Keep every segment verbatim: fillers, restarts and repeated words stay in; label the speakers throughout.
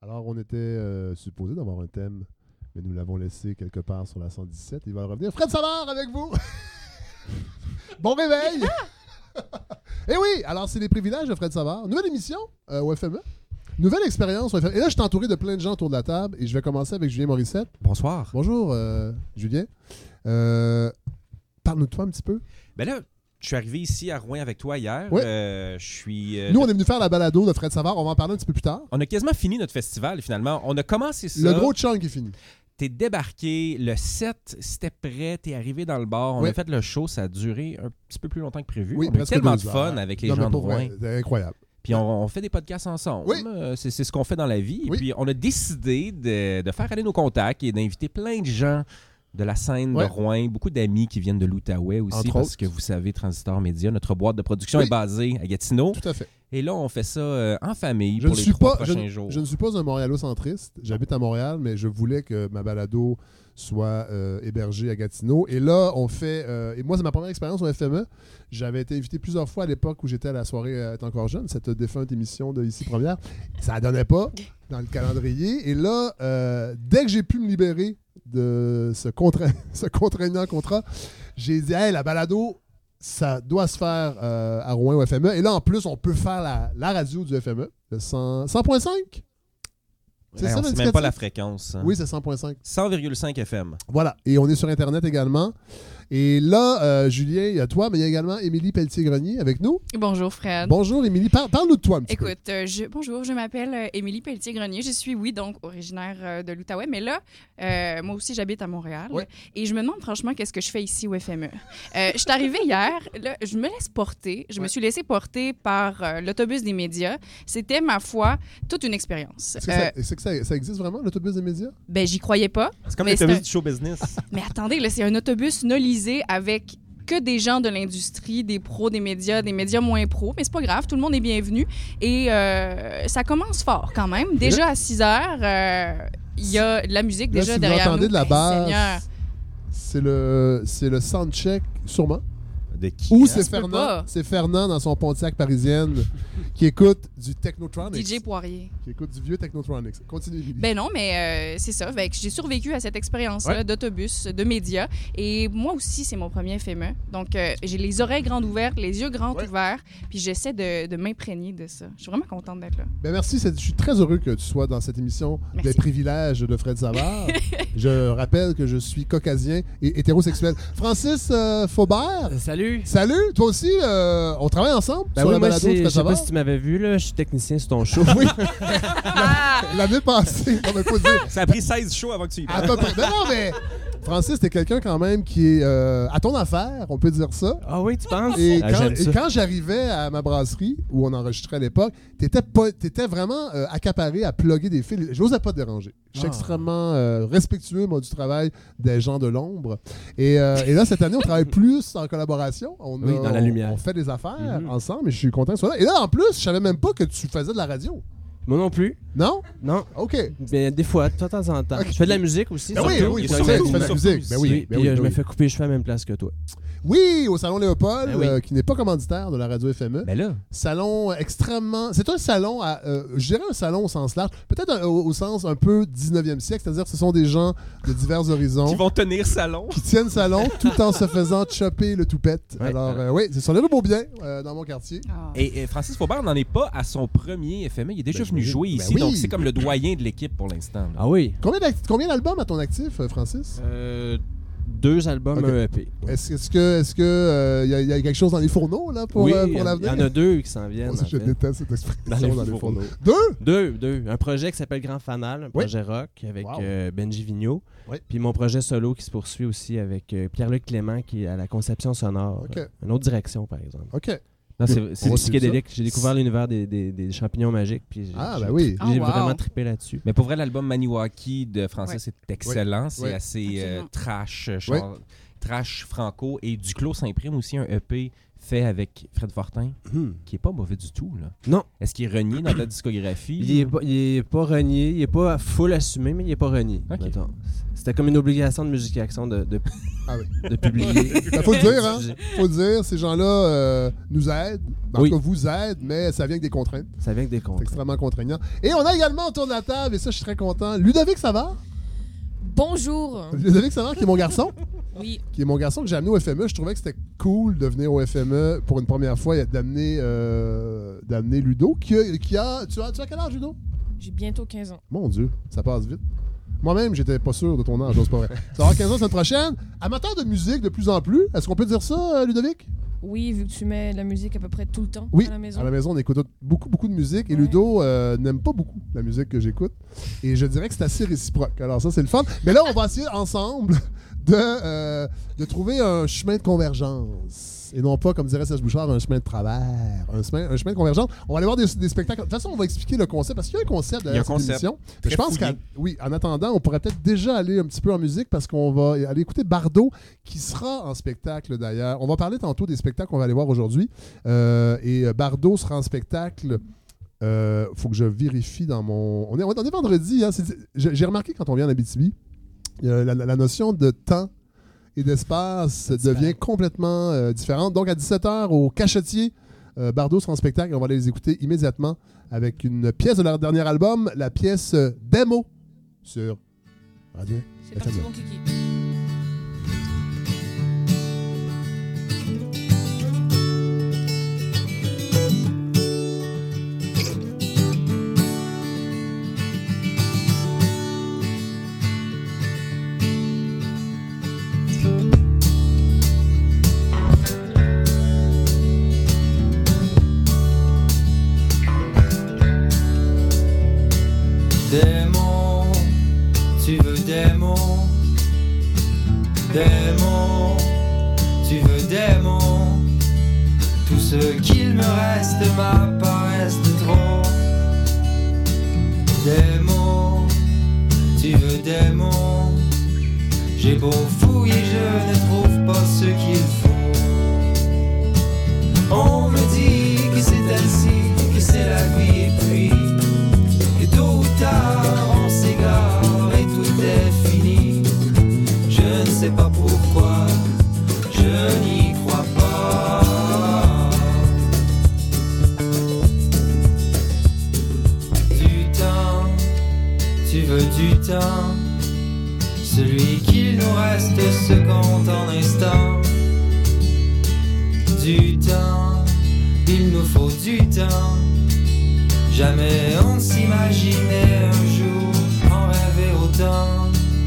Speaker 1: Alors, on était euh, supposé d'avoir un thème, mais nous l'avons laissé quelque part sur la cent dix-sept. Il va revenir. Fred Savard avec vous! Bon réveil! Eh oui, alors c'est les privilèges de Fred Savard. Nouvelle émission euh, au F M E. Nouvelle expérience au F M E. Et là, je suis entouré de plein de gens autour de la table et je vais commencer avec Julien Morissette.
Speaker 2: Bonsoir.
Speaker 1: Bonjour, euh, Julien. Euh, Parle-nous de toi un petit peu.
Speaker 2: Ben là, je suis arrivé ici à Rouen avec toi hier.
Speaker 1: Oui.
Speaker 2: Euh, je suis. Euh,
Speaker 1: Nous, on est venu faire la balado de Fred Savard. On va en parler un petit peu plus tard.
Speaker 2: On a quasiment fini notre festival finalement. On a commencé ça.
Speaker 1: Le gros chunk est fini.
Speaker 2: T'es débarqué, le sept, c'était prêt, t'es arrivé dans le bar, on
Speaker 1: oui.
Speaker 2: a fait le show, ça a duré un petit peu plus longtemps que prévu.
Speaker 1: Oui,
Speaker 2: on a eu tellement de
Speaker 1: deux
Speaker 2: fun
Speaker 1: heures.
Speaker 2: avec les
Speaker 1: non,
Speaker 2: gens de
Speaker 1: vrai,
Speaker 2: Rouen.
Speaker 1: C'est incroyable.
Speaker 2: Puis on, on fait des podcasts ensemble.
Speaker 1: Oui.
Speaker 2: Euh, c'est, c'est ce qu'on fait dans la vie.
Speaker 1: Oui.
Speaker 2: Et puis on a décidé de, de faire aller nos contacts et d'inviter plein de gens de la scène
Speaker 1: ouais.
Speaker 2: de Rouen, beaucoup d'amis qui viennent de l'Outaouais aussi,
Speaker 1: Entre
Speaker 2: parce
Speaker 1: autres.
Speaker 2: que vous savez, Transistor Média, notre boîte de production
Speaker 1: oui.
Speaker 2: est basée à Gatineau.
Speaker 1: Tout à fait.
Speaker 2: Et là, on fait ça euh, en famille
Speaker 1: Je
Speaker 2: pour
Speaker 1: ne
Speaker 2: les
Speaker 1: suis
Speaker 2: trois
Speaker 1: pas, je,
Speaker 2: prochains jours.
Speaker 1: je ne suis pas un Montréalocentriste. J'habite à Montréal, mais je voulais que ma balado soit euh, hébergée à Gatineau. Et là, on fait... Euh, et moi, c'est ma première expérience au F M E. J'avais été invité plusieurs fois à l'époque où j'étais à la soirée euh, Être encore jeune, cette défunte émission de Ici Première. Ça ne donnait pas dans le calendrier. Et là, euh, dès que j'ai pu me libérer de ce, contra- ce contraignant contrat, j'ai dit « Hey, la balado... » ça doit se faire euh, à Rouen au F M E. Et là, en plus, on peut faire la, la radio du F M E, le cent virgule cinq. C'est
Speaker 2: Ouais,
Speaker 1: ça,
Speaker 2: on sait
Speaker 1: l'indicatif?
Speaker 2: même pas la fréquence. Hein.
Speaker 1: Oui, c'est cent virgule cinq.
Speaker 2: cent virgule cinq F M.
Speaker 1: Voilà. Et on est sur Internet également. Et là, euh, Julien, il y a toi, mais il y a également Émilie Pelletier-Grenier avec nous.
Speaker 3: Bonjour Fred.
Speaker 1: Bonjour Émilie. Par- Parle-nous de toi un petit
Speaker 3: Écoute, euh, je, bonjour, je m'appelle euh, Émilie Pelletier-Grenier. Je suis, oui, donc originaire euh, de l'Outaouais, mais là, euh, moi aussi, j'habite à Montréal.
Speaker 1: Ouais.
Speaker 3: Et je me demande franchement qu'est-ce que je fais ici au F M E. Euh, je suis arrivée hier, là, je me laisse porter. Je
Speaker 1: Ouais.
Speaker 3: me suis laissée porter par euh, l'autobus des médias. C'était, ma foi, toute une expérience.
Speaker 1: peu. Est-ce que,
Speaker 3: Euh,
Speaker 1: ça, est-ce que ça, ça existe vraiment, l'autobus des médias?
Speaker 3: ben, j'y croyais pas.
Speaker 2: C'est comme
Speaker 3: Mais
Speaker 2: l'autobus
Speaker 3: c'est un-
Speaker 2: du show business.
Speaker 3: Mais attendez, là, c'est un autobus nolisé avec que des gens de l'industrie, des pros, des médias, des médias moins pros. Mais c'est pas grave, tout le monde est bienvenu. Et euh, ça commence fort quand même. Déjà à six heures, euh, il y a de la musique
Speaker 1: Là,
Speaker 3: déjà
Speaker 1: si
Speaker 3: derrière
Speaker 1: vous entendez
Speaker 3: nous.
Speaker 1: de la
Speaker 3: Hey,
Speaker 1: basse,
Speaker 3: Seigneur.
Speaker 1: c'est le, c'est le soundcheck, sûrement.
Speaker 2: De qui?
Speaker 1: Ou
Speaker 2: hein?
Speaker 1: c'est
Speaker 3: se peut
Speaker 1: Fernand,
Speaker 3: pas.
Speaker 1: c'est Fernand dans son Pontiac parisienne qui écoute du Technotronics.
Speaker 3: D J Poirier.
Speaker 1: Qui écoute du vieux Technotronics. Continue, Émilie.
Speaker 3: Ben non, mais euh, c'est ça. Fait que j'ai survécu à cette expérience-là
Speaker 1: Ouais.
Speaker 3: d'autobus, de médias. Et moi aussi, c'est mon premier F M E. Donc, euh, j'ai les oreilles grandes ouvertes, les yeux grands
Speaker 1: Ouais.
Speaker 3: ouverts. Puis j'essaie de, de m'imprégner de ça. Je suis vraiment contente d'être là.
Speaker 1: Ben merci, c'est- je suis très heureux que tu sois dans cette émission
Speaker 3: Merci.
Speaker 1: des privilèges de Fred Savard. Je rappelle que je suis caucasien et hétérosexuel. Francis euh, Faubert,
Speaker 4: Euh, salut!
Speaker 1: salut, toi aussi, euh, on travaille ensemble
Speaker 4: Ben
Speaker 1: sur
Speaker 4: oui,
Speaker 1: la
Speaker 4: moi,
Speaker 1: balado de
Speaker 4: c'est- je
Speaker 1: Fred
Speaker 4: sais pas
Speaker 1: Savard.
Speaker 4: si tu m'avais vu, là, je suis technicien sur ton show.
Speaker 1: Oui, l'année passée, on va pas dire.
Speaker 2: Ça a pris seize shows avant que tu y
Speaker 1: À
Speaker 2: parles.
Speaker 1: peu près. Ben non, mais Francis, t'es quelqu'un quand même qui est euh, à ton affaire, on peut dire ça.
Speaker 4: Ah oui, tu penses?
Speaker 1: Et
Speaker 4: Ah,
Speaker 1: quand,
Speaker 4: j'aime
Speaker 1: et
Speaker 4: ça.
Speaker 1: quand j'arrivais à ma brasserie, où on enregistrait à l'époque, t'étais, pas, t'étais vraiment euh, accaparé à plugger des fils. J'osais pas te déranger. Je suis
Speaker 4: Ah.
Speaker 1: extrêmement euh, respectueux, moi, du travail des gens de l'ombre. Et, euh, et là, cette année, on travaille plus en collaboration. On,
Speaker 4: Oui,
Speaker 1: a-
Speaker 4: dans la
Speaker 1: on-
Speaker 4: lumière.
Speaker 1: On fait des affaires
Speaker 4: Mhm.
Speaker 1: ensemble et je suis content que tu sois là. Et là, en plus, je savais même pas que tu faisais de la radio.
Speaker 4: Moi non plus.
Speaker 1: Non?
Speaker 4: Non.
Speaker 1: OK.
Speaker 4: Ben, des fois, de temps en temps.
Speaker 1: Ok.
Speaker 4: Je fais de la musique aussi.
Speaker 1: Ben oui,
Speaker 4: surtout.
Speaker 1: oui,
Speaker 2: Et
Speaker 1: tu
Speaker 2: surtout,
Speaker 1: fais tu fais de la
Speaker 2: surtout,
Speaker 1: musique. Ben oui,
Speaker 4: Oui,
Speaker 1: ben
Speaker 4: puis
Speaker 1: oui,
Speaker 4: euh,
Speaker 1: ben
Speaker 4: je me
Speaker 1: oui.
Speaker 4: fais couper les cheveux à la même place que toi.
Speaker 1: Oui, au Salon Léopold,
Speaker 4: Ben oui.
Speaker 1: euh, qui n'est pas commanditaire de la radio F M E.
Speaker 2: Ben là,
Speaker 1: Salon extrêmement... C'est un salon, à, euh, je dirais un salon au sens large, peut-être un- au, au sens un peu dix-neuvième siècle, c'est-à-dire que ce sont des gens de divers horizons
Speaker 2: qui vont tenir salon.
Speaker 1: qui tiennent salon tout en se faisant chopper le toupette.
Speaker 4: Ouais.
Speaker 1: Alors, euh, oui, c'est sur les rue Beaubien, euh, dans mon quartier.
Speaker 3: Ah.
Speaker 2: Et, et Francis Faubert n'en est pas à son premier F M E. Il est déjà
Speaker 1: Ben,
Speaker 2: venu
Speaker 1: oui.
Speaker 2: jouer
Speaker 1: Ben
Speaker 2: ici,
Speaker 1: oui.
Speaker 2: donc c'est comme le doyen de l'équipe pour l'instant. là.
Speaker 4: Ah oui.
Speaker 1: Combien, d'act- combien d'albums à ton actif, euh, Francis?
Speaker 4: Euh, deux albums,
Speaker 1: Ok.
Speaker 4: un E P.
Speaker 1: Est-ce, est-ce que est-ce que euh, y, a- y a quelque chose dans les fourneaux là, pour,
Speaker 4: oui,
Speaker 1: euh,
Speaker 4: il y
Speaker 1: pour
Speaker 4: en- il y
Speaker 1: l'avenir?
Speaker 4: en a deux qui s'en viennent.
Speaker 1: Moi aussi,
Speaker 4: en
Speaker 1: je
Speaker 4: fait.
Speaker 1: déteste cette expression
Speaker 4: Dans les
Speaker 1: dans les
Speaker 4: fourneaux.
Speaker 1: fourneaux. Deux?
Speaker 4: Deux, deux. Un projet qui s'appelle Grand Fanal, un
Speaker 1: Oui.
Speaker 4: projet rock avec
Speaker 1: Wow.
Speaker 4: euh, Benji Vigneault.
Speaker 1: Oui.
Speaker 4: Puis mon projet solo qui se poursuit aussi avec euh, Pierre-Luc Clément qui est à la conception sonore.
Speaker 1: Ok.
Speaker 4: Euh, une autre direction, par exemple.
Speaker 1: OK.
Speaker 4: Non, c'est,
Speaker 1: On
Speaker 4: c'est
Speaker 1: va
Speaker 4: du
Speaker 1: suivre
Speaker 4: psychédélique. J'ai découvert l'univers des, des, des champignons magiques. Puis j'ai,
Speaker 1: Ah,
Speaker 4: j'ai,
Speaker 1: ben oui.
Speaker 4: J'ai
Speaker 3: Oh, wow.
Speaker 4: vraiment trippé là-dessus.
Speaker 2: Mais pour vrai, l'album Maniwaki de Francis est excellent. C'est
Speaker 1: Oui.
Speaker 2: assez euh,
Speaker 3: Absolument.
Speaker 2: trash, euh, genre, trash franco. Et Duclos s'imprime aussi un E P fait avec Fred Fortin,
Speaker 4: Hmm.
Speaker 2: qui est pas mauvais du tout. Là.
Speaker 4: Non.
Speaker 2: Est-ce qu'il est renié dans ta discographie?
Speaker 4: Il est, pas, il est pas renié. Il est pas full assumé, mais il est pas renié.
Speaker 2: Ok.
Speaker 4: mettons. C'était comme une obligation de Musique Action de, de,
Speaker 1: Ah oui.
Speaker 4: de publier.
Speaker 1: Ben, faut le dire, hein? Faut le dire, ces gens-là euh, nous aident. En
Speaker 4: Oui.
Speaker 1: tout cas, vous aident, mais ça vient avec des contraintes.
Speaker 4: Ça vient avec des
Speaker 1: C'est
Speaker 4: comptes.
Speaker 1: extrêmement contraignant. Et on a également autour de la table, et ça, je suis très content, Ludovic Savard.
Speaker 5: Bonjour.
Speaker 1: Ludovic Savard, qui est mon garçon.
Speaker 5: Oui.
Speaker 1: Qui est mon garçon que j'ai amené au F M E. Je trouvais que c'était cool de venir au F M E pour une première fois et d'amener euh, d'amener Ludo. Qui a, qui a, tu, as, tu as quel âge, Ludo?
Speaker 5: J'ai bientôt quinze ans.
Speaker 1: Mon Dieu, ça passe vite. Moi-même, j'étais pas sûr de ton âge, c'est pas vrai. Ça va avoir quinze ans la semaine prochaine. Amateur de musique de plus en plus. Est-ce qu'on peut dire ça, euh, Ludovic?
Speaker 5: Oui, vu que tu mets la musique à peu près tout le temps
Speaker 1: Oui,
Speaker 5: à la maison.
Speaker 1: à la maison, on écoute beaucoup, beaucoup de musique. Et
Speaker 5: Ouais.
Speaker 1: Ludo euh, n'aime pas beaucoup la musique que j'écoute. Et je dirais que c'est assez réciproque. Alors ça, c'est le fun. Mais là, on va essayer ensemble de, euh, de trouver un chemin de convergence. Et non pas, comme dirait Serge Bouchard, un chemin de travers. Un chemin, un chemin de convergence. On va aller voir des, des spectacles. De toute façon, on va expliquer le concept. Parce qu'il y a un concept
Speaker 2: Il y a
Speaker 1: derrière
Speaker 2: un
Speaker 1: cette
Speaker 2: concept.
Speaker 1: émission.
Speaker 2: Très
Speaker 1: Je pense
Speaker 2: fouillé.
Speaker 1: qu'en oui, en attendant, on pourrait peut-être déjà aller un petit peu en musique parce qu'on va aller écouter Bardot, qui sera en spectacle d'ailleurs. On va parler tantôt des spectacles qu'on va aller voir aujourd'hui. Euh, et Bardot sera en spectacle. Il euh, faut que je vérifie dans mon. On est, on est vendredi. Hein, c'est- j'ai j'ai remarqué quand on vient en Abitibi, il y a la, la notion de temps et d'espace devient complètement euh, différente. Donc à dix-sept heures au Cachetier, euh, Bardot sera en spectacle. On va aller les écouter immédiatement avec une pièce de leur dernier album, la pièce euh, Démo sur Radio.
Speaker 5: C'est parti, mon kiki.
Speaker 6: Des mots, tu veux des mots, des mots, tu veux des mots. Tout ce qu'il me reste m'apparaissent de trop. Des mots, tu veux des mots. J'ai beau fouiller, je ne trouve pas ce qu'il faut. On me dit que c'est ainsi, que c'est la vie, et puis que tôt ou tard on s'égare et tout est fini. Je ne sais pas pourquoi, je n'y crois pas. Du temps, tu veux du temps. Celui qu'il nous reste se compte en instants. Du temps, il nous faut du temps. Jamais on s'imaginait un jour en rêver autant.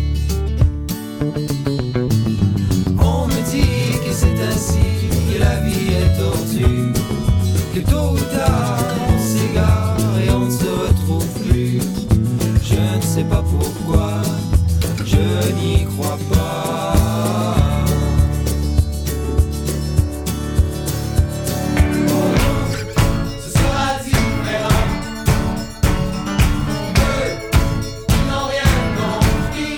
Speaker 6: On me dit que c'est ainsi, que la vie est tordue, que tôt ou tard on s'égare et on ne se retrouve plus. Je ne sais pas pourquoi, je n'y crois pas. Ce sera différent. Eux, ils n'ont rien compris.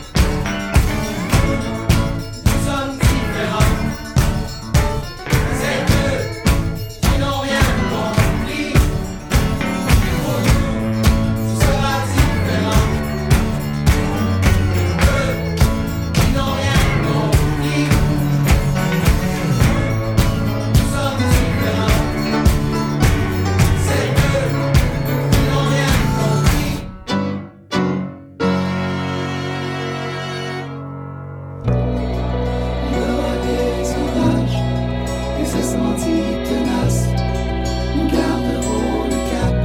Speaker 6: Nous sommes différents. C'est eux qui n'ont rien compris. Pour nous, ce sera différent. Eux, ils n'ont rien compris. Nous sommes différents. C'est eux qui n'ont rien compris. Il y aura des orages, des incendies tenaces. Nous garderons le cap.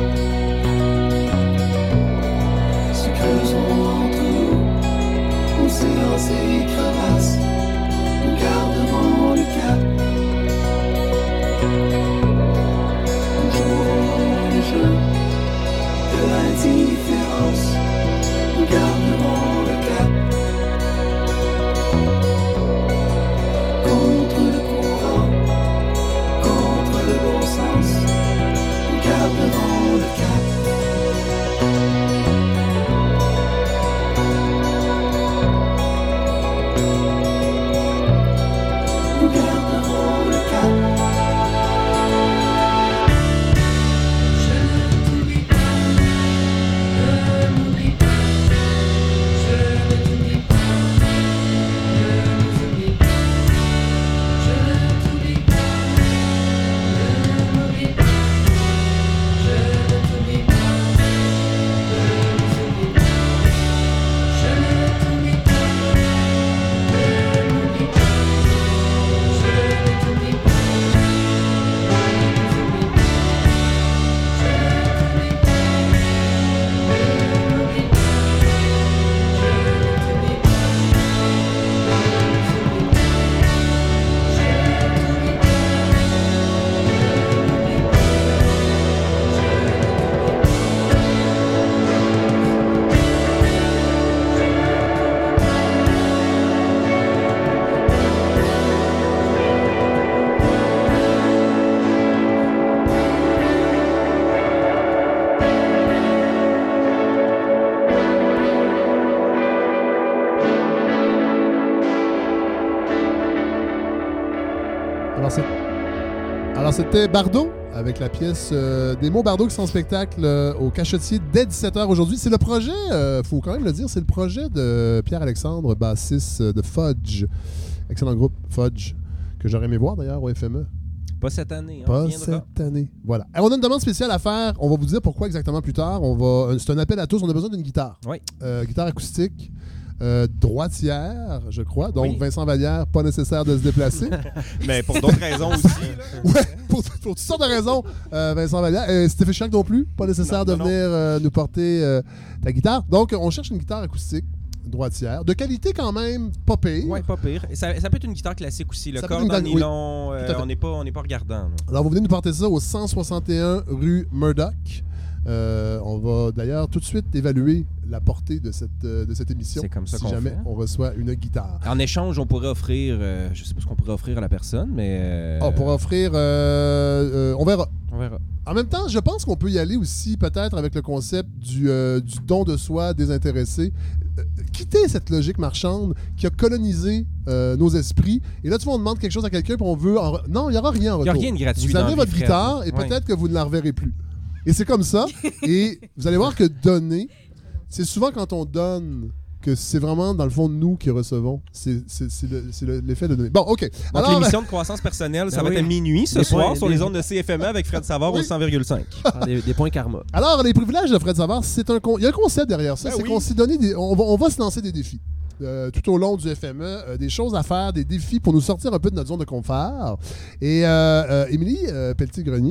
Speaker 6: Se creuseront entre nous, océans et crevasses. Nous garderons le cap. Nous jouerons le jeu de l'indifférence. Nous garderons le cap. Contre le courant, contre le bon sens, nous garderons le cap. Nous garderons le cap. Je ne t'oublie pas, ne m'oublie pas. Je ne t'oublie
Speaker 1: Alors, c'est... Alors, c'était Bardot avec la pièce euh, des mots Bardot qui sont en spectacle euh, au Cachetier dès dix-sept heures aujourd'hui. C'est le projet, il euh, faut quand même le dire, c'est le projet de Pierre-Alexandre, bassiste de Fudge. Excellent groupe, Fudge, que j'aurais aimé voir d'ailleurs au F M E.
Speaker 2: Pas cette année.
Speaker 1: Pas
Speaker 2: on viendra.
Speaker 1: cette année. Voilà. Alors, on a une demande spéciale à faire. On va vous dire pourquoi exactement plus tard. On va... C'est un appel à tous. On a besoin d'une guitare.
Speaker 2: Oui.
Speaker 1: Euh, guitare acoustique. Euh, droitière, je crois. Donc,
Speaker 2: Oui.
Speaker 1: Vincent Vallière, pas nécessaire de se déplacer.
Speaker 2: Mais pour d'autres raisons aussi. là.
Speaker 1: Ouais, pour, pour toutes sortes de raisons, euh, Vincent Vallière. Euh, Stéphane Chirac non plus, pas nécessaire
Speaker 2: Non,
Speaker 1: de
Speaker 2: non,
Speaker 1: venir euh, nous porter euh, ta guitare. Donc, on cherche une guitare acoustique droitière, de qualité quand même pas pire.
Speaker 2: Ouais, pas pire. Et ça, ça peut être une guitare classique aussi. Le
Speaker 1: Ça peut être
Speaker 2: corde
Speaker 1: une
Speaker 2: en
Speaker 1: guitare-
Speaker 2: nylon, euh,
Speaker 1: Tout à fait.
Speaker 2: on n'est pas, on n'est pas regardant. là.
Speaker 1: Alors, vous venez nous porter ça au cent soixante et un rue Murdoch. Euh, on va d'ailleurs tout de suite évaluer la portée de cette, euh, de cette émission.
Speaker 2: C'est comme ça
Speaker 1: si
Speaker 2: qu'on
Speaker 1: jamais
Speaker 2: fait.
Speaker 1: on reçoit une guitare.
Speaker 2: En échange, on pourrait offrir, euh, je sais pas ce qu'on pourrait offrir à la personne, mais euh,
Speaker 1: Ah, pour offrir, euh, euh, on verra.
Speaker 2: on verra.
Speaker 1: En même temps, je pense qu'on peut y aller aussi peut-être avec le concept du, euh, du don de soi désintéressé. Euh, quitter cette logique marchande qui a colonisé euh, nos esprits. Et là, tu vois, on demande quelque chose à quelqu'un puis on veut... en re- Non, il n'y aura rien en
Speaker 2: Il y a
Speaker 1: retour.
Speaker 2: rien de gratuit
Speaker 1: Vous
Speaker 2: dans
Speaker 1: amenez
Speaker 2: la
Speaker 1: votre
Speaker 2: vie, Fred.
Speaker 1: guitare et
Speaker 2: Ouais.
Speaker 1: peut-être que vous ne la reverrez plus. Et c'est comme ça. Et vous allez voir que donner, c'est souvent quand on donne que c'est vraiment, dans le fond, nous qui recevons. C'est, c'est, c'est, le- c'est le- l'effet de donner. Bon, OK.
Speaker 2: Donc,
Speaker 1: Alors,
Speaker 2: l'émission de croissance personnelle, ça
Speaker 4: Ben
Speaker 2: va
Speaker 4: oui.
Speaker 2: être à minuit ce
Speaker 4: Des
Speaker 2: soir
Speaker 4: points,
Speaker 2: sur
Speaker 4: des-
Speaker 2: les ondes de C F M E avec Fred Savard
Speaker 1: Oui.
Speaker 2: au cent virgule cinq.
Speaker 4: Ah, des, des points karma.
Speaker 1: Alors, les privilèges de Fred Savard, c'est un con- il y a un concept derrière ça.
Speaker 2: Ben
Speaker 1: c'est
Speaker 2: oui.
Speaker 1: qu'on s'est donné des... on, va, on va se lancer des défis. Euh, tout au long du F M E, euh, des choses à faire, des défis pour nous sortir un peu de notre zone de confort. Et euh, euh, Émilie euh, Pelletier-Grenier,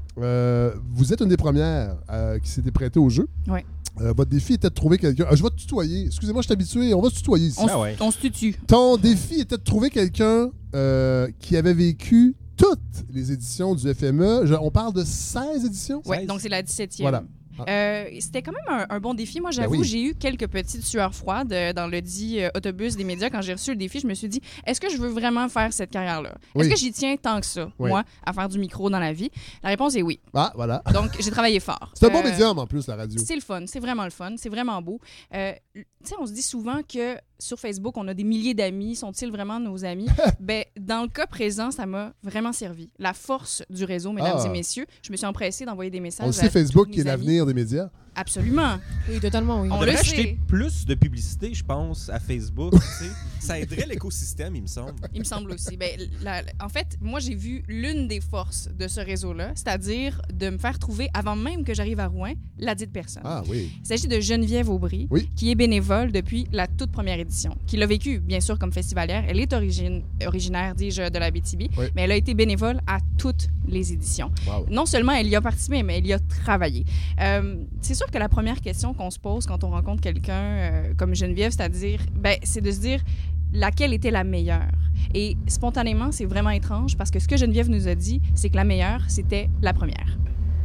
Speaker 1: euh, vous êtes une des premières euh, qui s'était prêtée au jeu.
Speaker 3: Oui.
Speaker 1: Euh, votre défi était de trouver quelqu'un. Ah, je vais te tutoyer. Excusez-moi, je suis habitué. On va se tutoyer ici.
Speaker 3: On,
Speaker 2: Ah
Speaker 3: s-
Speaker 2: ouais.
Speaker 3: on se tutue.
Speaker 1: Ton défi était de trouver quelqu'un euh, qui avait vécu toutes les éditions du F M E. Je- on parle de seize éditions?
Speaker 3: Oui,
Speaker 2: seize.
Speaker 3: donc c'est la dix-septième.
Speaker 1: Voilà.
Speaker 3: Euh, c'était quand même un, un bon défi. Moi, j'avoue,
Speaker 1: Ben oui.
Speaker 3: j'ai eu quelques petites sueurs froides euh, dans le dit euh, autobus des médias. Quand j'ai reçu le défi, je me suis dit, est-ce que je veux vraiment faire cette carrière-là?
Speaker 1: Oui.
Speaker 3: Est-ce que j'y tiens tant que ça,
Speaker 1: Oui.
Speaker 3: moi, à faire du micro dans la vie? La réponse est oui.
Speaker 1: Ah, voilà.
Speaker 3: Donc, j'ai travaillé fort.
Speaker 1: C'est un bon
Speaker 3: Euh,
Speaker 1: médium en plus, la radio.
Speaker 3: C'est le fun, c'est vraiment le fun, c'est vraiment beau. Euh, tu sais, on se dit souvent que sur Facebook, on a des milliers d'amis. Sont-ils vraiment nos amis? Ben, dans le cas présent, ça m'a vraiment servi. La force du réseau, mesdames
Speaker 1: Ah.
Speaker 3: et messieurs. Je me suis empressée d'envoyer des messages.
Speaker 1: On le
Speaker 3: à
Speaker 1: sait, Facebook
Speaker 3: tous
Speaker 1: qui est
Speaker 3: mes amis.
Speaker 1: l'avenir des médias.
Speaker 3: Absolument.
Speaker 5: Oui, totalement, oui.
Speaker 3: On
Speaker 2: On
Speaker 3: le
Speaker 2: devrait
Speaker 3: sait.
Speaker 2: acheter plus de publicité, je pense, à Facebook. tu sais. Ça aiderait l'écosystème, il me semble.
Speaker 3: Il me semble aussi. Ben, la- la- en fait, moi, j'ai vu l'une des forces de ce réseau-là, c'est-à-dire de me faire trouver, avant même que j'arrive à Rouen, la dite personne.
Speaker 1: Ah oui.
Speaker 3: Il s'agit de Geneviève Aubry,
Speaker 1: Oui.
Speaker 3: qui est bénévole depuis la toute première édition, qui l'a vécu, bien sûr, comme festivalière. Elle est origine, originaire, dis-je, de la B T B,
Speaker 1: Oui.
Speaker 3: mais elle a été bénévole à toutes les éditions.
Speaker 1: Wow.
Speaker 3: Non seulement elle y a participé, mais elle y a travaillé. Euh, c'est sûr que la première question qu'on se pose quand on rencontre quelqu'un euh, comme Geneviève, c'est-à-dire, ben, c'est de se dire laquelle était la meilleure. Et spontanément, c'est vraiment étrange parce que ce que Geneviève nous a dit, c'est que la meilleure, c'était la première.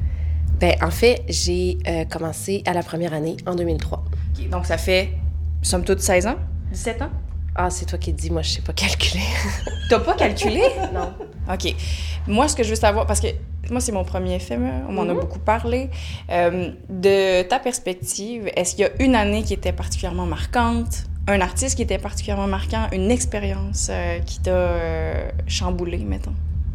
Speaker 7: Ben, en fait, j'ai euh, commencé à la première année en deux mille trois.
Speaker 3: OK, donc ça fait, somme toute, seize ans? dix-sept ans?
Speaker 7: Ah, c'est toi qui te dis, moi, je sais pas calculer.
Speaker 3: T'as pas calculé?
Speaker 7: Non.
Speaker 3: OK. Moi, ce que je veux savoir, parce que moi, c'est mon premier F M E, on m'en a
Speaker 7: Mhm.
Speaker 3: beaucoup parlé. Euh, de ta perspective, est-ce qu'il y a une année qui était particulièrement marquante, un artiste qui était particulièrement marquant, une expérience euh, qui t'a euh, chamboulé, mettons?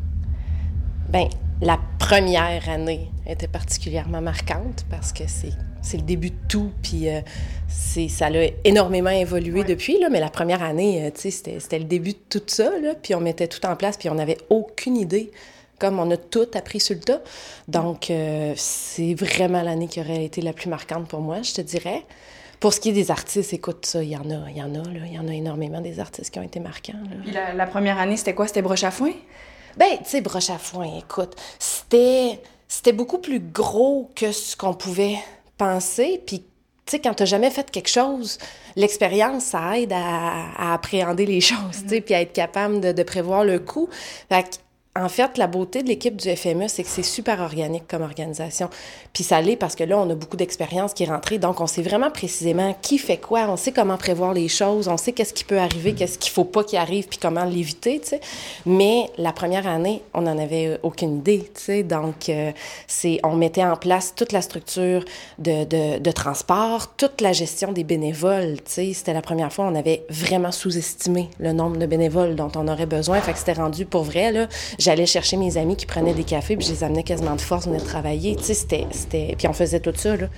Speaker 7: Ben, la première année était particulièrement marquante parce que c'est, c'est le début de tout, puis euh, c'est, ça a énormément évolué
Speaker 3: Ouais.
Speaker 7: depuis, là, mais la première année, euh, tu sais, c'était, c'était le début de tout ça, là, puis on mettait tout en place, puis on n'avait aucune idée, comme on a tout appris sur le tas. Donc, euh, c'est vraiment l'année qui aurait été la plus marquante pour moi, je te dirais. Pour ce qui est des artistes, écoute, ça, il y en a, il y en a, là, il y en a énormément des artistes qui ont été marquants, là.
Speaker 3: Puis la, la première année, c'était quoi? C'était broche à foin?
Speaker 7: Ben, tu sais, broche à foin, écoute, c'était, c'était beaucoup plus gros que ce qu'on pouvait penser. Puis, tu sais, quand t'as jamais fait quelque chose, l'expérience, ça aide à, à appréhender les choses, tu sais, puis à être capable de, de prévoir le coup. Fait que, en fait, la beauté de l'équipe du F M E, c'est que c'est super organique comme organisation. Puis ça l'est parce que là, on a beaucoup d'expérience qui est rentrée. Donc, on sait vraiment précisément qui fait quoi. On sait comment prévoir les choses. On sait qu'est-ce qui peut arriver, qu'est-ce qu'il faut pas qu'il arrive, puis comment l'éviter, tu sais. Mais la première année, on n'en avait aucune idée, tu sais. Donc, euh, c'est, on mettait en place toute la structure de, de, de transport, toute la gestion des bénévoles, tu sais. C'était la première fois, on avait vraiment sous-estimé le nombre de bénévoles dont on aurait besoin. Fait que c'était rendu pour vrai, là. j'allais chercher mes amis qui prenaient des cafés, puis je les amenais quasiment de force venir travailler. Tu sais, c'était, c'était... Puis on faisait tout ça, là.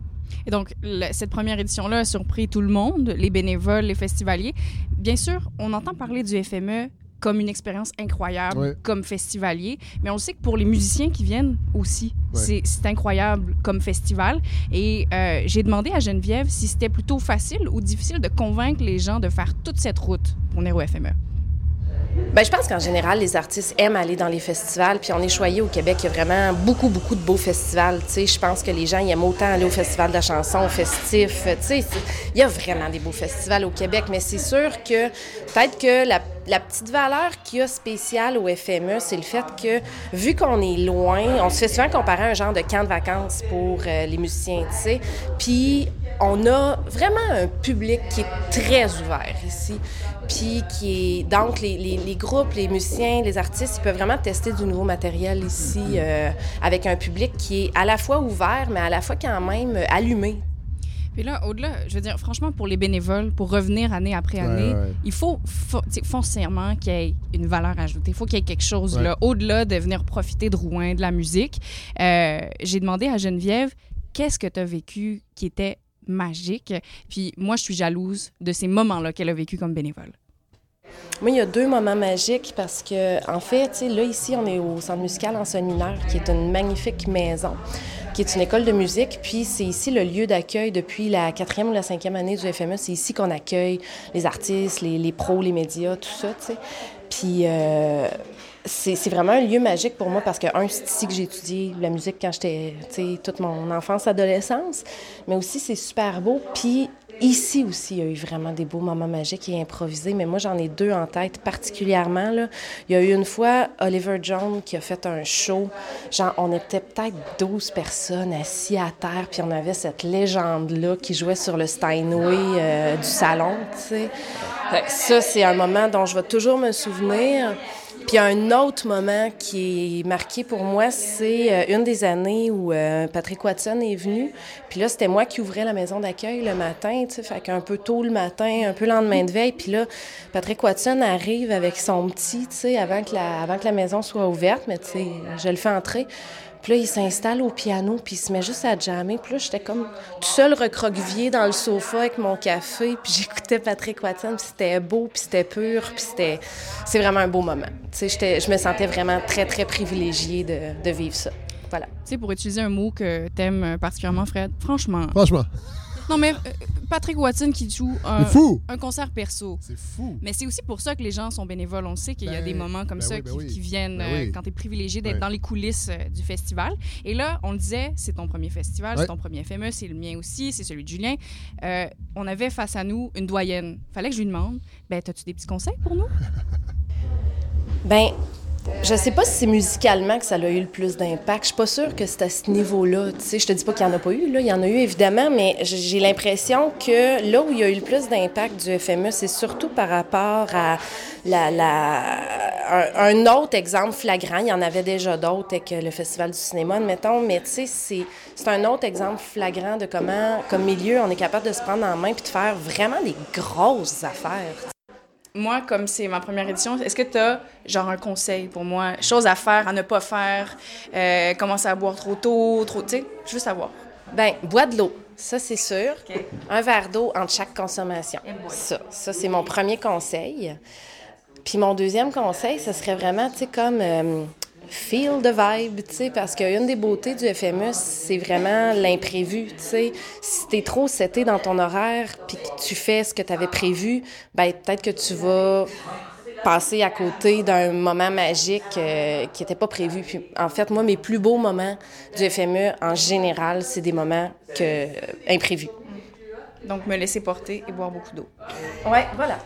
Speaker 3: Et donc, le, cette première édition-là a surpris tout le monde, les bénévoles, les festivaliers. Bien sûr, on entend parler du F M E comme une expérience incroyable,
Speaker 1: ouais.
Speaker 3: comme festivalier, mais on sait que pour les musiciens qui viennent aussi,
Speaker 1: ouais.
Speaker 3: c'est, c'est incroyable comme festival. Et euh, j'ai demandé à Geneviève si c'était plutôt facile ou difficile de convaincre les gens de faire toute cette route pour venir au F M E.
Speaker 7: Bien, je pense qu'en général, les artistes aiment aller dans les festivals. Puis on est choyé au Québec. Il y a vraiment beaucoup, beaucoup de beaux festivals. Tu sais, je pense que les gens ils aiment autant aller au Festival de la chanson, au festif. Tu sais, il y a vraiment des beaux festivals au Québec. Mais c'est sûr que peut-être que la, la petite valeur qu'il y a spéciale au F M E, c'est le fait que, vu qu'on est loin, on se fait souvent comparer à un genre de camp de vacances pour euh, les musiciens, tu sais. Puis on a vraiment un public qui est très ouvert ici. Puis qui est... Donc, les, les, les groupes, les musiciens, les artistes, ils peuvent vraiment tester du nouveau matériel ici euh, avec un public qui est à la fois ouvert, mais à la fois quand même euh, allumé.
Speaker 3: Puis là, au-delà, je veux dire, franchement, pour les bénévoles, pour revenir année après année,
Speaker 1: ouais, ouais.
Speaker 3: il faut fo- foncièrement qu'il y ait une valeur ajoutée. Il faut qu'il y ait quelque chose
Speaker 1: ouais.
Speaker 3: là, au-delà de venir profiter de Rouen, de la musique. Euh, j'ai demandé à Geneviève, qu'est-ce que tu as vécu qui était magique? Puis moi, je suis jalouse de ces moments-là qu'elle a vécu comme bénévole.
Speaker 7: Moi, il y a deux moments magiques parce que, en fait, tu sais, là, ici, on est au Centre musical en séminaire, qui est une magnifique maison, qui est une école de musique. Puis c'est ici le lieu d'accueil depuis la quatrième ou la cinquième année du F M E. C'est ici qu'on accueille les artistes, les, les pros, les médias, tout ça, tu sais. Puis euh, c'est, c'est vraiment un lieu magique pour moi parce que, un, c'est ici que j'ai étudié la musique quand j'étais, tu sais, toute mon enfance, adolescence. Mais aussi, c'est super beau. Puis ici aussi, il y a eu vraiment des beaux moments magiques et improvisés, mais moi, j'en ai deux en tête particulièrement, là. Il y a eu une fois Oliver Jones qui a fait un show. Genre, on était peut-être douze personnes assis à terre, puis on avait cette légende-là qui jouait sur le Steinway euh, du salon, tu sais. Ça, c'est un moment dont je vais toujours me souvenir. Puis un autre moment qui est marqué pour moi, c'est une des années où euh, Patrick Watson est venu. Puis là, c'était moi qui ouvrais la maison d'accueil le matin, tu sais, fait qu'un peu tôt le matin, un peu lendemain de veille. Puis là, Patrick Watson arrive avec son petit, tu sais, avant que la, avant que la maison soit ouverte, mais tu sais, je le fais entrer. Puis là, il s'installe au piano, puis il se met juste à jammer. Puis là, j'étais comme tout seul recroquevillée dans le sofa avec mon café, puis j'écoutais Patrick Watson, puis c'était beau, puis c'était pur, puis c'était... C'est vraiment un beau moment. Tu sais, j'étais... je me sentais vraiment très, très privilégiée de, de vivre ça. Voilà.
Speaker 3: Tu sais, pour utiliser un mot que t'aimes particulièrement, Fred, franchement...
Speaker 1: Franchement.
Speaker 3: Non, mais euh, Patrick Watson qui joue un,
Speaker 1: C'est fou!
Speaker 3: un concert perso.
Speaker 1: C'est fou!
Speaker 3: Mais c'est aussi pour ça que les gens sont bénévoles. On sait qu'il y a
Speaker 1: Ben,
Speaker 3: des moments comme
Speaker 1: ben
Speaker 3: ça
Speaker 1: oui, ben
Speaker 3: qui,
Speaker 1: oui.
Speaker 3: qui viennent
Speaker 1: Ben
Speaker 3: euh,
Speaker 1: oui.
Speaker 3: quand tu es privilégié d'être
Speaker 1: Ouais.
Speaker 3: dans les coulisses euh, du festival. Et là, on le disait, c'est ton premier festival,
Speaker 1: Ouais.
Speaker 3: c'est ton premier F M E, c'est le mien aussi, c'est celui de Julien. Euh, on avait face à nous une doyenne. Fallait que je lui demande, ben, as-tu des petits conseils pour nous?
Speaker 7: Ben, je sais pas si c'est musicalement que ça a eu le plus d'impact. Je suis pas sûre que c'est à ce niveau-là. Tu sais, je te dis pas qu'il y en a pas eu, là. Il y en a eu évidemment, mais j'ai l'impression que là où il y a eu le plus d'impact du F M E, c'est surtout par rapport à la, la, un, un autre exemple flagrant. Il y en avait déjà d'autres avec le Festival du cinéma, admettons, mais tu sais, c'est, c'est un autre exemple flagrant de comment, comme milieu, on est capable de se prendre en main puis de faire vraiment des grosses affaires.
Speaker 3: Moi, comme c'est ma première édition, est-ce que tu as genre un conseil pour moi? Choses à faire, à ne pas faire, euh, commencer à boire trop tôt, trop, tu sais, je veux savoir.
Speaker 7: Bien, bois de l'eau, ça c'est sûr.
Speaker 3: OK.
Speaker 7: Un verre d'eau entre chaque consommation. Ça, ça c'est mon premier conseil. Puis mon deuxième conseil, ce serait vraiment, tu sais, comme euh, feel the vibe, tu sais, parce qu'une des beautés du F M E, c'est vraiment l'imprévu, tu sais. Si t'es trop seté dans ton horaire puis que tu fais ce que tu avais prévu, ben peut-être que tu vas passer à côté d'un moment magique euh, qui n'était pas prévu. Puis, en fait, moi, mes plus beaux moments du F M E, en général, c'est des moments que, euh, imprévus.
Speaker 3: Donc, me laisser porter et boire beaucoup d'eau.
Speaker 7: Ouais, voilà.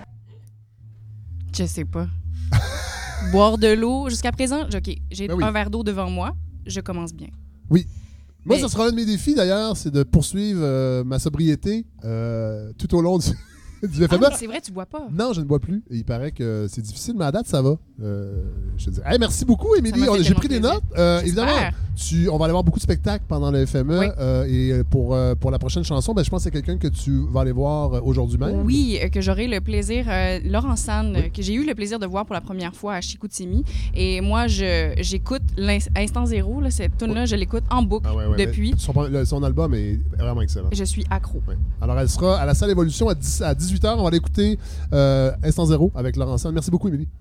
Speaker 3: Je sais pas. Boire de l'eau. Jusqu'à présent, j- OK, j'ai
Speaker 1: Ben oui.
Speaker 3: un verre d'eau devant moi. Je commence bien.
Speaker 1: Oui. Moi,
Speaker 3: Mais-
Speaker 1: ça sera un de mes défis, d'ailleurs, c'est de poursuivre euh, ma sobriété euh, tout au long du, du F
Speaker 3: Ah,
Speaker 1: M E.
Speaker 3: mais c'est vrai, tu bois pas.
Speaker 1: Non, je ne bois plus. Et il paraît que c'est difficile, mais à date, ça va. Euh, je te dis. Hey, merci beaucoup, Émilie.
Speaker 3: Ça m'a fait
Speaker 1: J'ai pris des
Speaker 3: tellement
Speaker 1: notes. Euh,
Speaker 3: J'espère.
Speaker 1: évidemment, tu, on va aller voir beaucoup de spectacles pendant le F M E.
Speaker 3: Oui.
Speaker 1: Euh, et pour, euh, pour la prochaine chanson, ben, je pense que c'est quelqu'un que tu vas aller voir euh, aujourd'hui même.
Speaker 3: Oui, euh, que j'aurai le plaisir, euh, Laurent San,
Speaker 1: Oui.
Speaker 3: euh, que j'ai eu le plaisir de voir pour la première fois à Chicoutimi. Et moi, je, j'écoute l'Instant Zéro, là, cette tune-là, je l'écoute en boucle
Speaker 1: Ah ouais, ouais,
Speaker 3: depuis.
Speaker 1: mais Son, le- son album est vraiment excellent.
Speaker 3: Je suis accro.
Speaker 1: Ouais. Alors, elle sera à la salle Évolution à, dix à dix-huit heures. On va aller écouter euh, Instant Zéro avec Laurent San. Merci beaucoup, Émilie.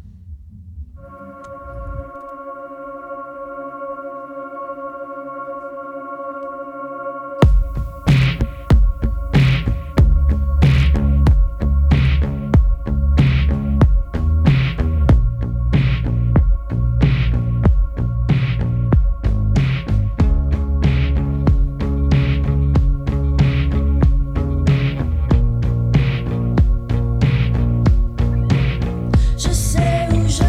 Speaker 8: Je sais où je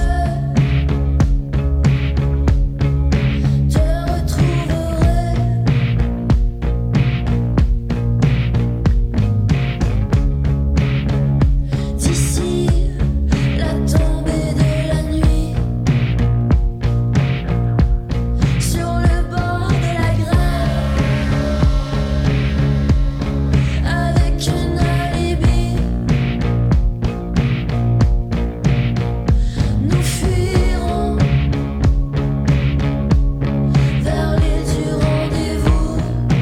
Speaker 8: te retrouverai. D'ici la tombée de la nuit, sur le bord de la grève, avec un alibi. Nous fuirons vers l'île du rendez-vous.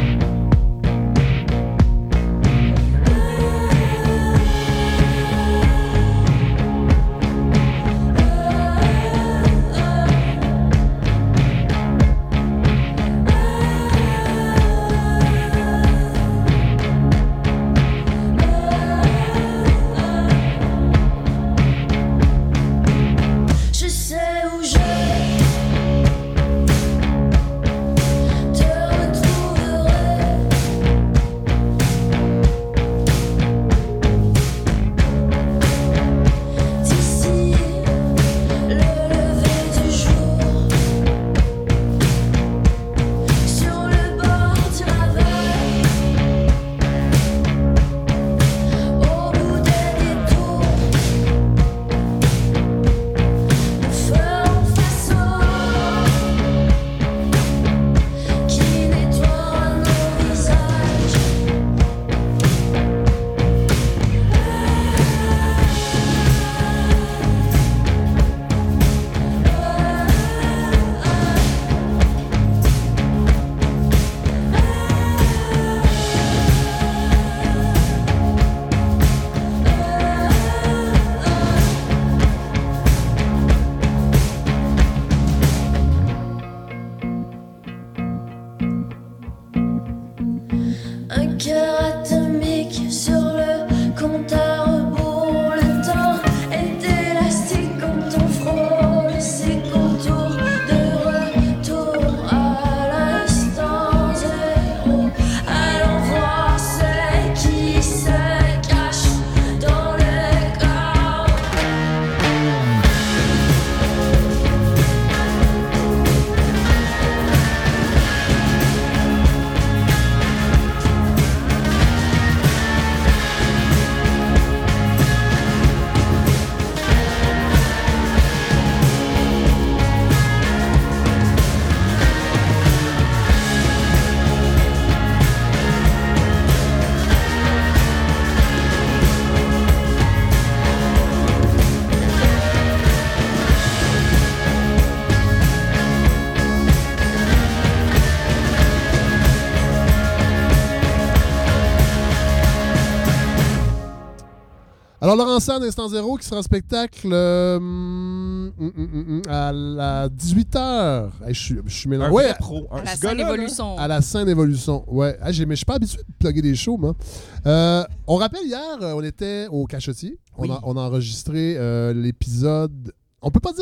Speaker 8: Je sais où je te retrouverai. D'ici le lever du jour, sur le bord du ravin, au bout des détours. Nous ferons face au qui nettoie nos visages. Un cœur atomique sur le compte à rebours. Le temps est élastique quand on frôle ses contours. De retour à l'instant zéro, allons voir celle qui se cache dans le corps.
Speaker 1: Alors, Laurent San, Instant Zéro, qui sera en spectacle euh, hum, hum, hum, hum, à la dix-huit heures. Hey, je suis, je suis
Speaker 2: Un
Speaker 1: mélangé.
Speaker 2: vrai
Speaker 1: Ouais,
Speaker 2: pro. Un,
Speaker 3: À la
Speaker 2: ce
Speaker 3: scène
Speaker 2: gars-là, là,
Speaker 3: Évolution.
Speaker 1: à la scène Évolution. Ouais. Ah, j'ai- mais je suis pas habitué de plugger des shows, moi. Euh, on rappelle, hier, euh, on était au Cachotier. On,
Speaker 2: Oui.
Speaker 1: a, on a enregistré euh, l'épisode... On peut pas dire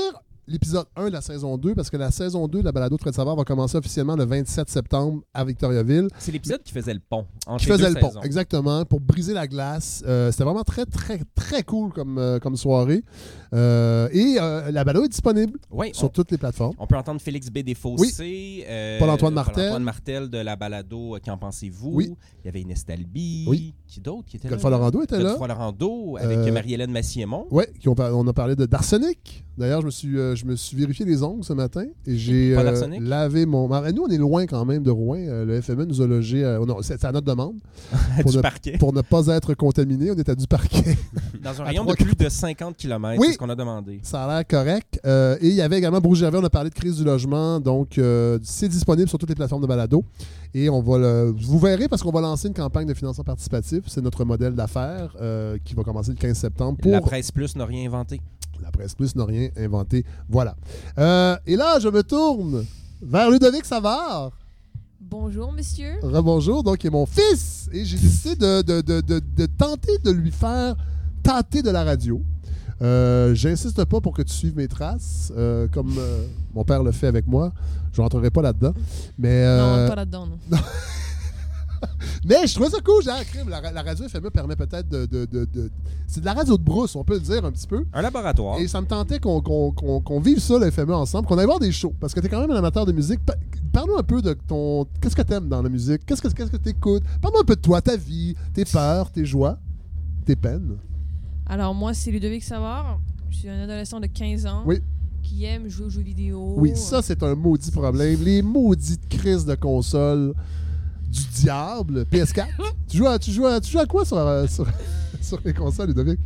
Speaker 1: l'épisode un de la saison deux, parce que la saison deux de la balado de Fred Savard va commencer officiellement le vingt-sept septembre à Victoriaville.
Speaker 2: C'est l'épisode qui faisait le pont entre
Speaker 1: Qui
Speaker 2: les
Speaker 1: faisait
Speaker 2: deux
Speaker 1: le pont,
Speaker 2: saisons.
Speaker 1: exactement, pour briser la glace. Euh, c'était vraiment très, très, très cool comme, euh, comme soirée. Euh, et euh, la balado est disponible
Speaker 2: Oui,
Speaker 1: sur
Speaker 2: on,
Speaker 1: toutes les plateformes.
Speaker 2: on peut entendre Félix B. Desfossés, euh,
Speaker 1: Paul-Antoine Martel.
Speaker 2: Paul-Antoine Martel de la balado euh, Qu'en pensez-vous?
Speaker 1: Oui.
Speaker 2: Il y avait Inès Talby.
Speaker 1: Oui.
Speaker 2: Qui d'autre qui était
Speaker 1: Godefroy
Speaker 2: là?
Speaker 1: Lorando était là.
Speaker 2: Godefroy Lorando avec
Speaker 1: Euh,
Speaker 2: Marie-Hélène Massiémon.
Speaker 1: Oui, on a parlé de d'arsenic. D'ailleurs, je me suis, euh, je me suis vérifié les ongles ce matin et j'ai
Speaker 2: Pas
Speaker 1: euh,
Speaker 2: d'arsenic?
Speaker 1: lavé mon. Mais nous, on est loin quand même de Rouen. Euh, le F M E nous a logés. euh, non, c'est c'est à notre demande. Pour
Speaker 2: du
Speaker 1: ne,
Speaker 2: parquet.
Speaker 1: pour ne pas être contaminé, on est à du parquet.
Speaker 2: Dans un
Speaker 1: à
Speaker 2: rayon
Speaker 1: trois
Speaker 2: de plus de cinquante kilomètres,
Speaker 1: Oui.
Speaker 2: c'est ce qu'on a demandé.
Speaker 1: Ça a l'air correct. Euh, et il y avait également Bruce Gervais, on a parlé de crise du logement. Donc, euh, c'est disponible sur toutes les plateformes de balado. Et on va le, vous verrez parce qu'on va lancer une campagne de financement participatif. C'est notre modèle d'affaires euh, qui va commencer le quinze septembre. Pour
Speaker 2: La Presse Plus n'a rien inventé.
Speaker 1: La Presse Plus n'a rien inventé. Voilà. Euh, et là, je me tourne vers Ludovic Savard.
Speaker 5: Bonjour, monsieur.
Speaker 1: Rebonjour, donc, qui est mon fils. Et j'ai décidé de, de, de, de, de tenter de lui faire tâter de la radio. Euh, J'insiste pas pour que tu suives mes traces, euh, comme euh, mon père le fait avec moi. Je ne rentrerai pas là-dedans. Mais, euh,
Speaker 5: Non, pas là-dedans, non.
Speaker 1: mais je trouvais ça cool, genre, crime. La, la radio F M E permet peut-être de... de, de, de... C'est de la radio de brousse, on peut le dire un petit peu.
Speaker 2: Un laboratoire.
Speaker 1: Et ça me tentait qu'on qu'on, qu'on, qu'on vive ça, le F M E, ensemble, qu'on aille voir des shows. Parce que tu es quand même un amateur de musique. Pa- Parle-nous un peu de ton... Qu'est-ce que tu aimes dans la musique? Qu'est-ce que qu'est-ce que tu écoutes? Parle-moi un peu de toi, ta vie, tes peurs, tes joies, tes peines.
Speaker 5: Alors, moi, c'est Ludovic Savard. Je suis un adolescent de quinze ans
Speaker 1: Oui.
Speaker 5: qui aime jouer aux jeux vidéo.
Speaker 1: Oui, ça, c'est un maudit problème. Les maudites crises de console du diable. P S quatre. tu, joues à, tu, joues à, tu joues à quoi sur, euh, sur, sur les consoles, Ludovic?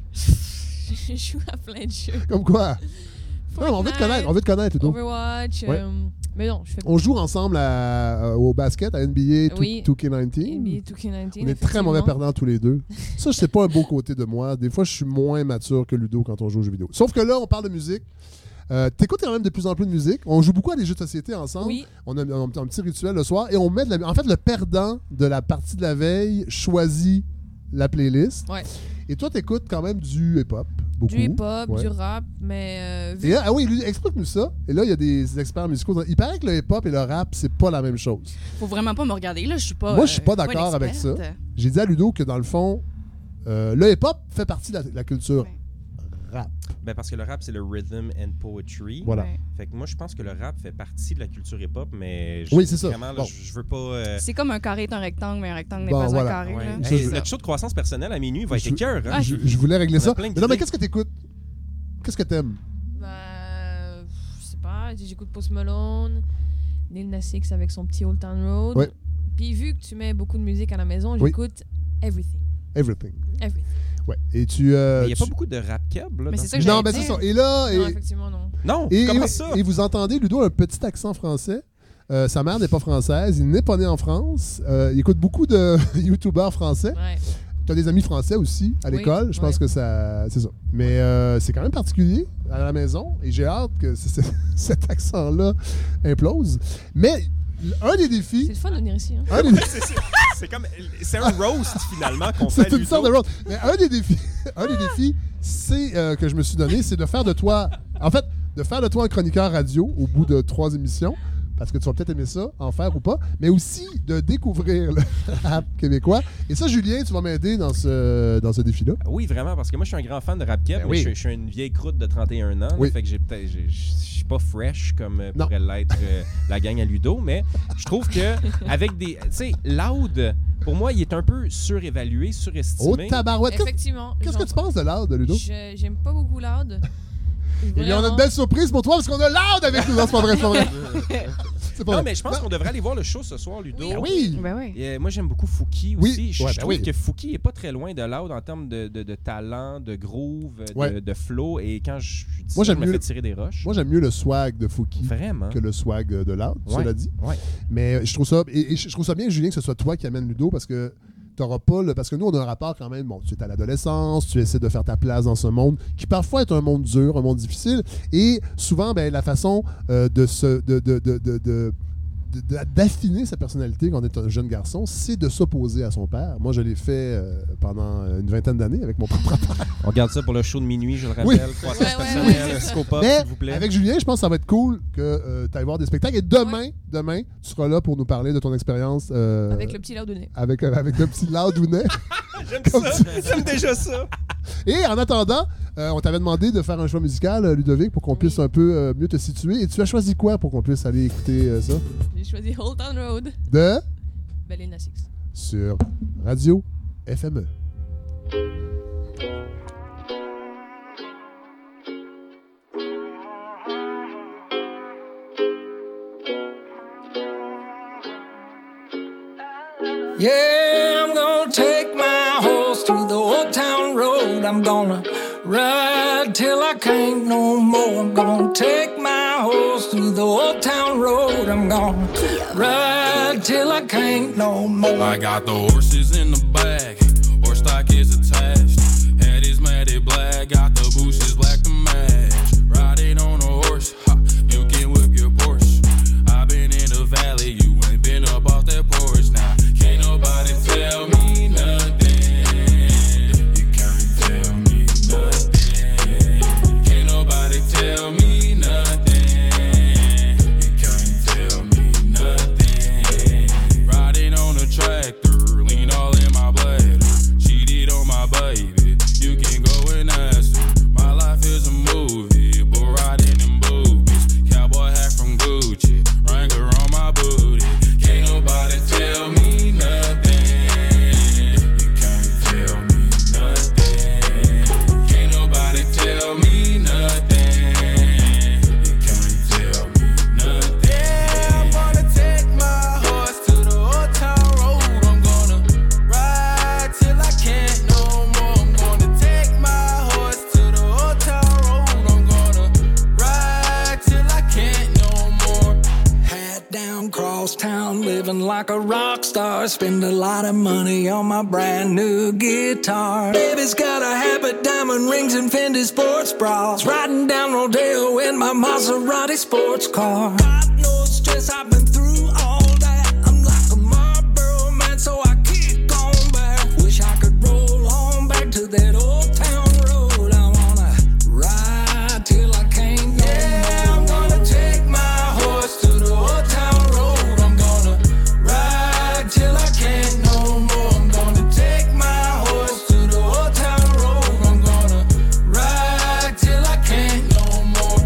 Speaker 5: Je joue à plein de jeux.
Speaker 1: Comme quoi? Non, on veut te connaître, on veut te connaître, Ludo.
Speaker 5: Overwatch.
Speaker 1: Ouais.
Speaker 5: euh, mais non, je fais
Speaker 1: On joue ensemble à- euh, au basket, à N B A
Speaker 5: Oui.
Speaker 1: deux K dix-neuf.
Speaker 5: N B A deux K dix-neuf.
Speaker 1: On est très mauvais
Speaker 5: effectivement.
Speaker 1: perdants tous les deux. Ça, c'est pas un beau côté de moi. Des fois, je suis moins mature que Ludo quand on joue aux jeux vidéo. Sauf que là, on parle de musique. Euh, T'écoutes quand même de plus en plus de musique. On joue beaucoup à des jeux de société ensemble.
Speaker 5: Oui.
Speaker 1: On a un, un petit rituel le soir et on met de la... En fait, le perdant de la partie de la veille choisit la playlist.
Speaker 5: Ouais.
Speaker 1: Et toi, t'écoutes quand même du hip-hop. Beaucoup.
Speaker 5: Du hip-hop,
Speaker 1: Ouais.
Speaker 5: du rap, mais euh, vu
Speaker 1: Et là, ah oui, lui, explique-nous ça. Et là, il y a des experts musicaux. Il paraît que le hip-hop et le rap, c'est pas la même chose.
Speaker 3: Faut vraiment pas me regarder, là. Je suis pas.
Speaker 1: Moi, je suis pas
Speaker 3: euh,
Speaker 1: d'accord
Speaker 3: une
Speaker 1: avec ça.
Speaker 3: experte.
Speaker 1: J'ai dit à Ludo que dans le fond, euh, le hip-hop fait partie de la, la culture
Speaker 3: Ouais.
Speaker 1: rap.
Speaker 2: Ben, parce que le rap, c'est le rhythm and poetry.
Speaker 1: Voilà.
Speaker 3: Ouais.
Speaker 2: Fait que moi, je pense que le rap fait partie de la culture hip-hop, mais je-
Speaker 1: Oui, c'est ça.
Speaker 2: Vraiment, là,
Speaker 1: Bon.
Speaker 2: je, je veux pas. euh,
Speaker 3: C'est comme un carré est un rectangle, mais un rectangle n'est
Speaker 1: Bon,
Speaker 3: pas
Speaker 1: voilà.
Speaker 3: un carré.
Speaker 2: ouais.
Speaker 3: là.
Speaker 1: Ça,
Speaker 2: Hey,
Speaker 1: je-
Speaker 2: notre show de croissance personnelle à minuit va être
Speaker 1: Je-
Speaker 2: écœur. Hein?
Speaker 3: Ah,
Speaker 1: Je, je voulais régler
Speaker 2: On a
Speaker 1: ça.
Speaker 2: plein
Speaker 1: Mais non, mais
Speaker 2: d'idées.
Speaker 1: qu'est-ce que t'écoutes? Qu'est-ce que t'aimes?
Speaker 5: Ben, euh, je sais pas, j'écoute Post Malone, Lil Nas X avec son petit Old Town Road.
Speaker 1: Ouais.
Speaker 5: Puis vu que tu mets beaucoup de musique à la maison,
Speaker 1: Oui.
Speaker 5: j'écoute everything.
Speaker 1: Everything.
Speaker 5: Everything.
Speaker 1: Ouais. Et tu. euh,
Speaker 2: Il n'y a
Speaker 1: tu-
Speaker 2: pas beaucoup de rap keb. Là,
Speaker 3: Mais
Speaker 2: dans
Speaker 3: c'est
Speaker 2: ce-
Speaker 3: ça que
Speaker 1: Non,
Speaker 3: j'allais
Speaker 1: ben c'est
Speaker 3: dire.
Speaker 1: ça. Et là,
Speaker 5: Non,
Speaker 1: et,
Speaker 5: effectivement, non.
Speaker 2: Non,
Speaker 1: et,
Speaker 2: comment
Speaker 1: et-
Speaker 2: ça?
Speaker 1: et vous entendez, Ludo a un petit accent français. Euh, sa mère n'est pas française. Il n'est pas né en France. Euh, il écoute beaucoup de youtubeurs français.
Speaker 5: Ouais.
Speaker 1: Tu as des amis français aussi à
Speaker 5: Oui,
Speaker 1: l'école. Je pense
Speaker 5: ouais.
Speaker 1: que ça. C'est ça. Mais euh, c'est quand même particulier à la maison. Et j'ai hâte que c- c- cet accent-là implose. Mais un des
Speaker 5: C'est
Speaker 1: défis.
Speaker 5: le fun de venir ici. Hein?
Speaker 1: Un des,
Speaker 2: C'est- c'est- C'est comme. C'est un roast, finalement, qu'on fait.
Speaker 1: c'est
Speaker 2: à
Speaker 1: une sorte de
Speaker 2: Ludo.
Speaker 1: road. Mais un des défis, un des défis, c'est euh, que je me suis donné, c'est de faire de toi, en fait, de faire de toi un chroniqueur radio au bout de trois émissions, parce que tu vas peut-être aimer ça, en faire ou pas, mais aussi de découvrir le rap québécois. Et ça, Julien, tu vas m'aider dans ce dans ce défi-là.
Speaker 2: Oui, vraiment, parce que moi, je suis un grand fan de rap keb,
Speaker 1: Ben
Speaker 2: mais
Speaker 1: oui.
Speaker 2: je, je suis une vieille croûte de trente et un ans. là,
Speaker 1: Oui.
Speaker 2: fait que j'ai peut-être. j'ai- Je suis pas fresh comme euh,
Speaker 1: Non.
Speaker 2: pourrait l'être euh, la gang à Ludo, mais je trouve que avec des. Tu sais, Loud, pour moi, il est un peu surévalué,
Speaker 1: Oh,
Speaker 2: surestimé.
Speaker 1: tabarouette! Qu'est-ce
Speaker 5: Effectivement.
Speaker 1: qu'est-ce que
Speaker 5: j'en-
Speaker 1: tu penses de Loud, de Ludo?
Speaker 5: je- J'aime pas beaucoup Loud.
Speaker 1: Eh bien, on a une belle surprise pour toi, parce qu'on a Loud avec nous. Non, c'est pas vrai, c'est pas vrai. C'est pas
Speaker 2: Non,
Speaker 1: vrai.
Speaker 2: mais je pense
Speaker 1: Non.
Speaker 2: qu'on devrait aller voir le show ce soir, Ludo.
Speaker 1: Ah oui!
Speaker 3: Ben oui.
Speaker 2: Et, euh, moi, j'aime beaucoup Fouki
Speaker 1: Oui.
Speaker 2: aussi. Je,
Speaker 1: Ouais,
Speaker 2: je
Speaker 1: ben
Speaker 2: trouve
Speaker 1: oui.
Speaker 2: que Fouki est pas très loin de Loud en termes de, de, de talent, de groove, de,
Speaker 1: Ouais.
Speaker 2: de flow. Et quand je dis
Speaker 1: Moi,
Speaker 2: ça,
Speaker 1: j'aime
Speaker 2: je me
Speaker 1: mieux
Speaker 2: fais
Speaker 1: le-
Speaker 2: tirer des roches.
Speaker 1: Moi, j'aime mieux le swag de Fouki
Speaker 2: Vraiment.
Speaker 1: que le swag de Loud,
Speaker 2: Ouais.
Speaker 1: cela dit.
Speaker 2: Ouais.
Speaker 1: Mais je trouve ça et, et je trouve ça bien, Julien, que ce soit toi qui amène Ludo, parce que t'auras pas le, parce que nous on a un rapport quand même. Bon, tu es à l'adolescence, tu essaies de faire ta place dans ce monde qui parfois est un monde dur, un monde difficile, et souvent ben la façon euh, de se de, de, de, de, de de- d'affiner sa personnalité quand on est un jeune garçon, c'est de s'opposer à son père. Moi, je l'ai fait euh, pendant une vingtaine d'années avec mon propre père.
Speaker 2: On regarde ça pour le show de minuit, je le rappelle.
Speaker 1: Oui.
Speaker 2: Croissance
Speaker 5: Ouais, ouais,
Speaker 2: personnelle,
Speaker 5: ouais, c'est ça.
Speaker 2: Scope Up,
Speaker 1: Mais
Speaker 2: s'il vous plaît.
Speaker 1: avec Julien, je pense que ça va être cool que euh, tu ailles voir des spectacles. Et demain, demain, tu seras là pour nous parler de ton expérience euh,
Speaker 5: Avec le petit Laudonnet.
Speaker 1: avec, euh, avec le petit Laudounet.
Speaker 2: J'aime
Speaker 1: Comme
Speaker 2: ça.
Speaker 1: tu-
Speaker 2: J'aime déjà ça.
Speaker 1: Et en attendant, euh, on t'avait demandé de faire un choix musical, euh, Ludovic, pour qu'on
Speaker 5: Oui.
Speaker 1: puisse un peu euh, mieux te situer. Et tu as choisi quoi pour qu'on puisse aller écouter euh, ça?
Speaker 5: J'ai choisi Old Town Road,
Speaker 1: De
Speaker 5: Belen Six.
Speaker 1: sur Radio F M E.
Speaker 6: Yeah, I'm gonna take my horse to the old town road. I'm gonna ride till I can't no more. I'm gonna take my horse to the old town road. I'm gonna ride till I can't no more.
Speaker 9: I got the horses in the back, horse stock is attached. Head is matted black, got the bushes black to match. Riding on a horse, ha, you can whip your Porsche. I've been in the valley, you ain't been up off that porch now. Can't nobody tell me nothing. You can't tell me nothing. Can't nobody tell me nothing. You can't tell me nothing. Riding on a tractor, lean all in my bladder. Cheated on my baby, you can go and ask her. My life is a movie, bull riding in boobies. Cowboy hat from Gucci, Wrangler on my booty. Can't nobody tell me nothing. You can't tell me nothing. Can't nobody tell me nothing. You can't tell me nothing. Yeah, I'm gonna take my horse to the old town road. I'm gonna ride till I can't no more. I'm gonna take my horse to the old town road. I'm gonna ride till I can't no more.
Speaker 6: Hat down, cross town, living like a rock star. Spend a lot of money on my brand new guitar. Baby's got a habit, diamond rings, and Fendi sports bras. Riding down Rodeo in my Maserati sports car. Got no stress, I've been through all that. I'm like a Marlboro man, so I kick on back. Wish I could roll on back to that old town road. I wanna ride till I can't no
Speaker 9: Yeah,
Speaker 6: more.
Speaker 9: I'm gonna take my horse to the old town road. I'm gonna ride till I can't no more. I'm gonna take my horse to the old town road. I'm gonna ride till I can't no more.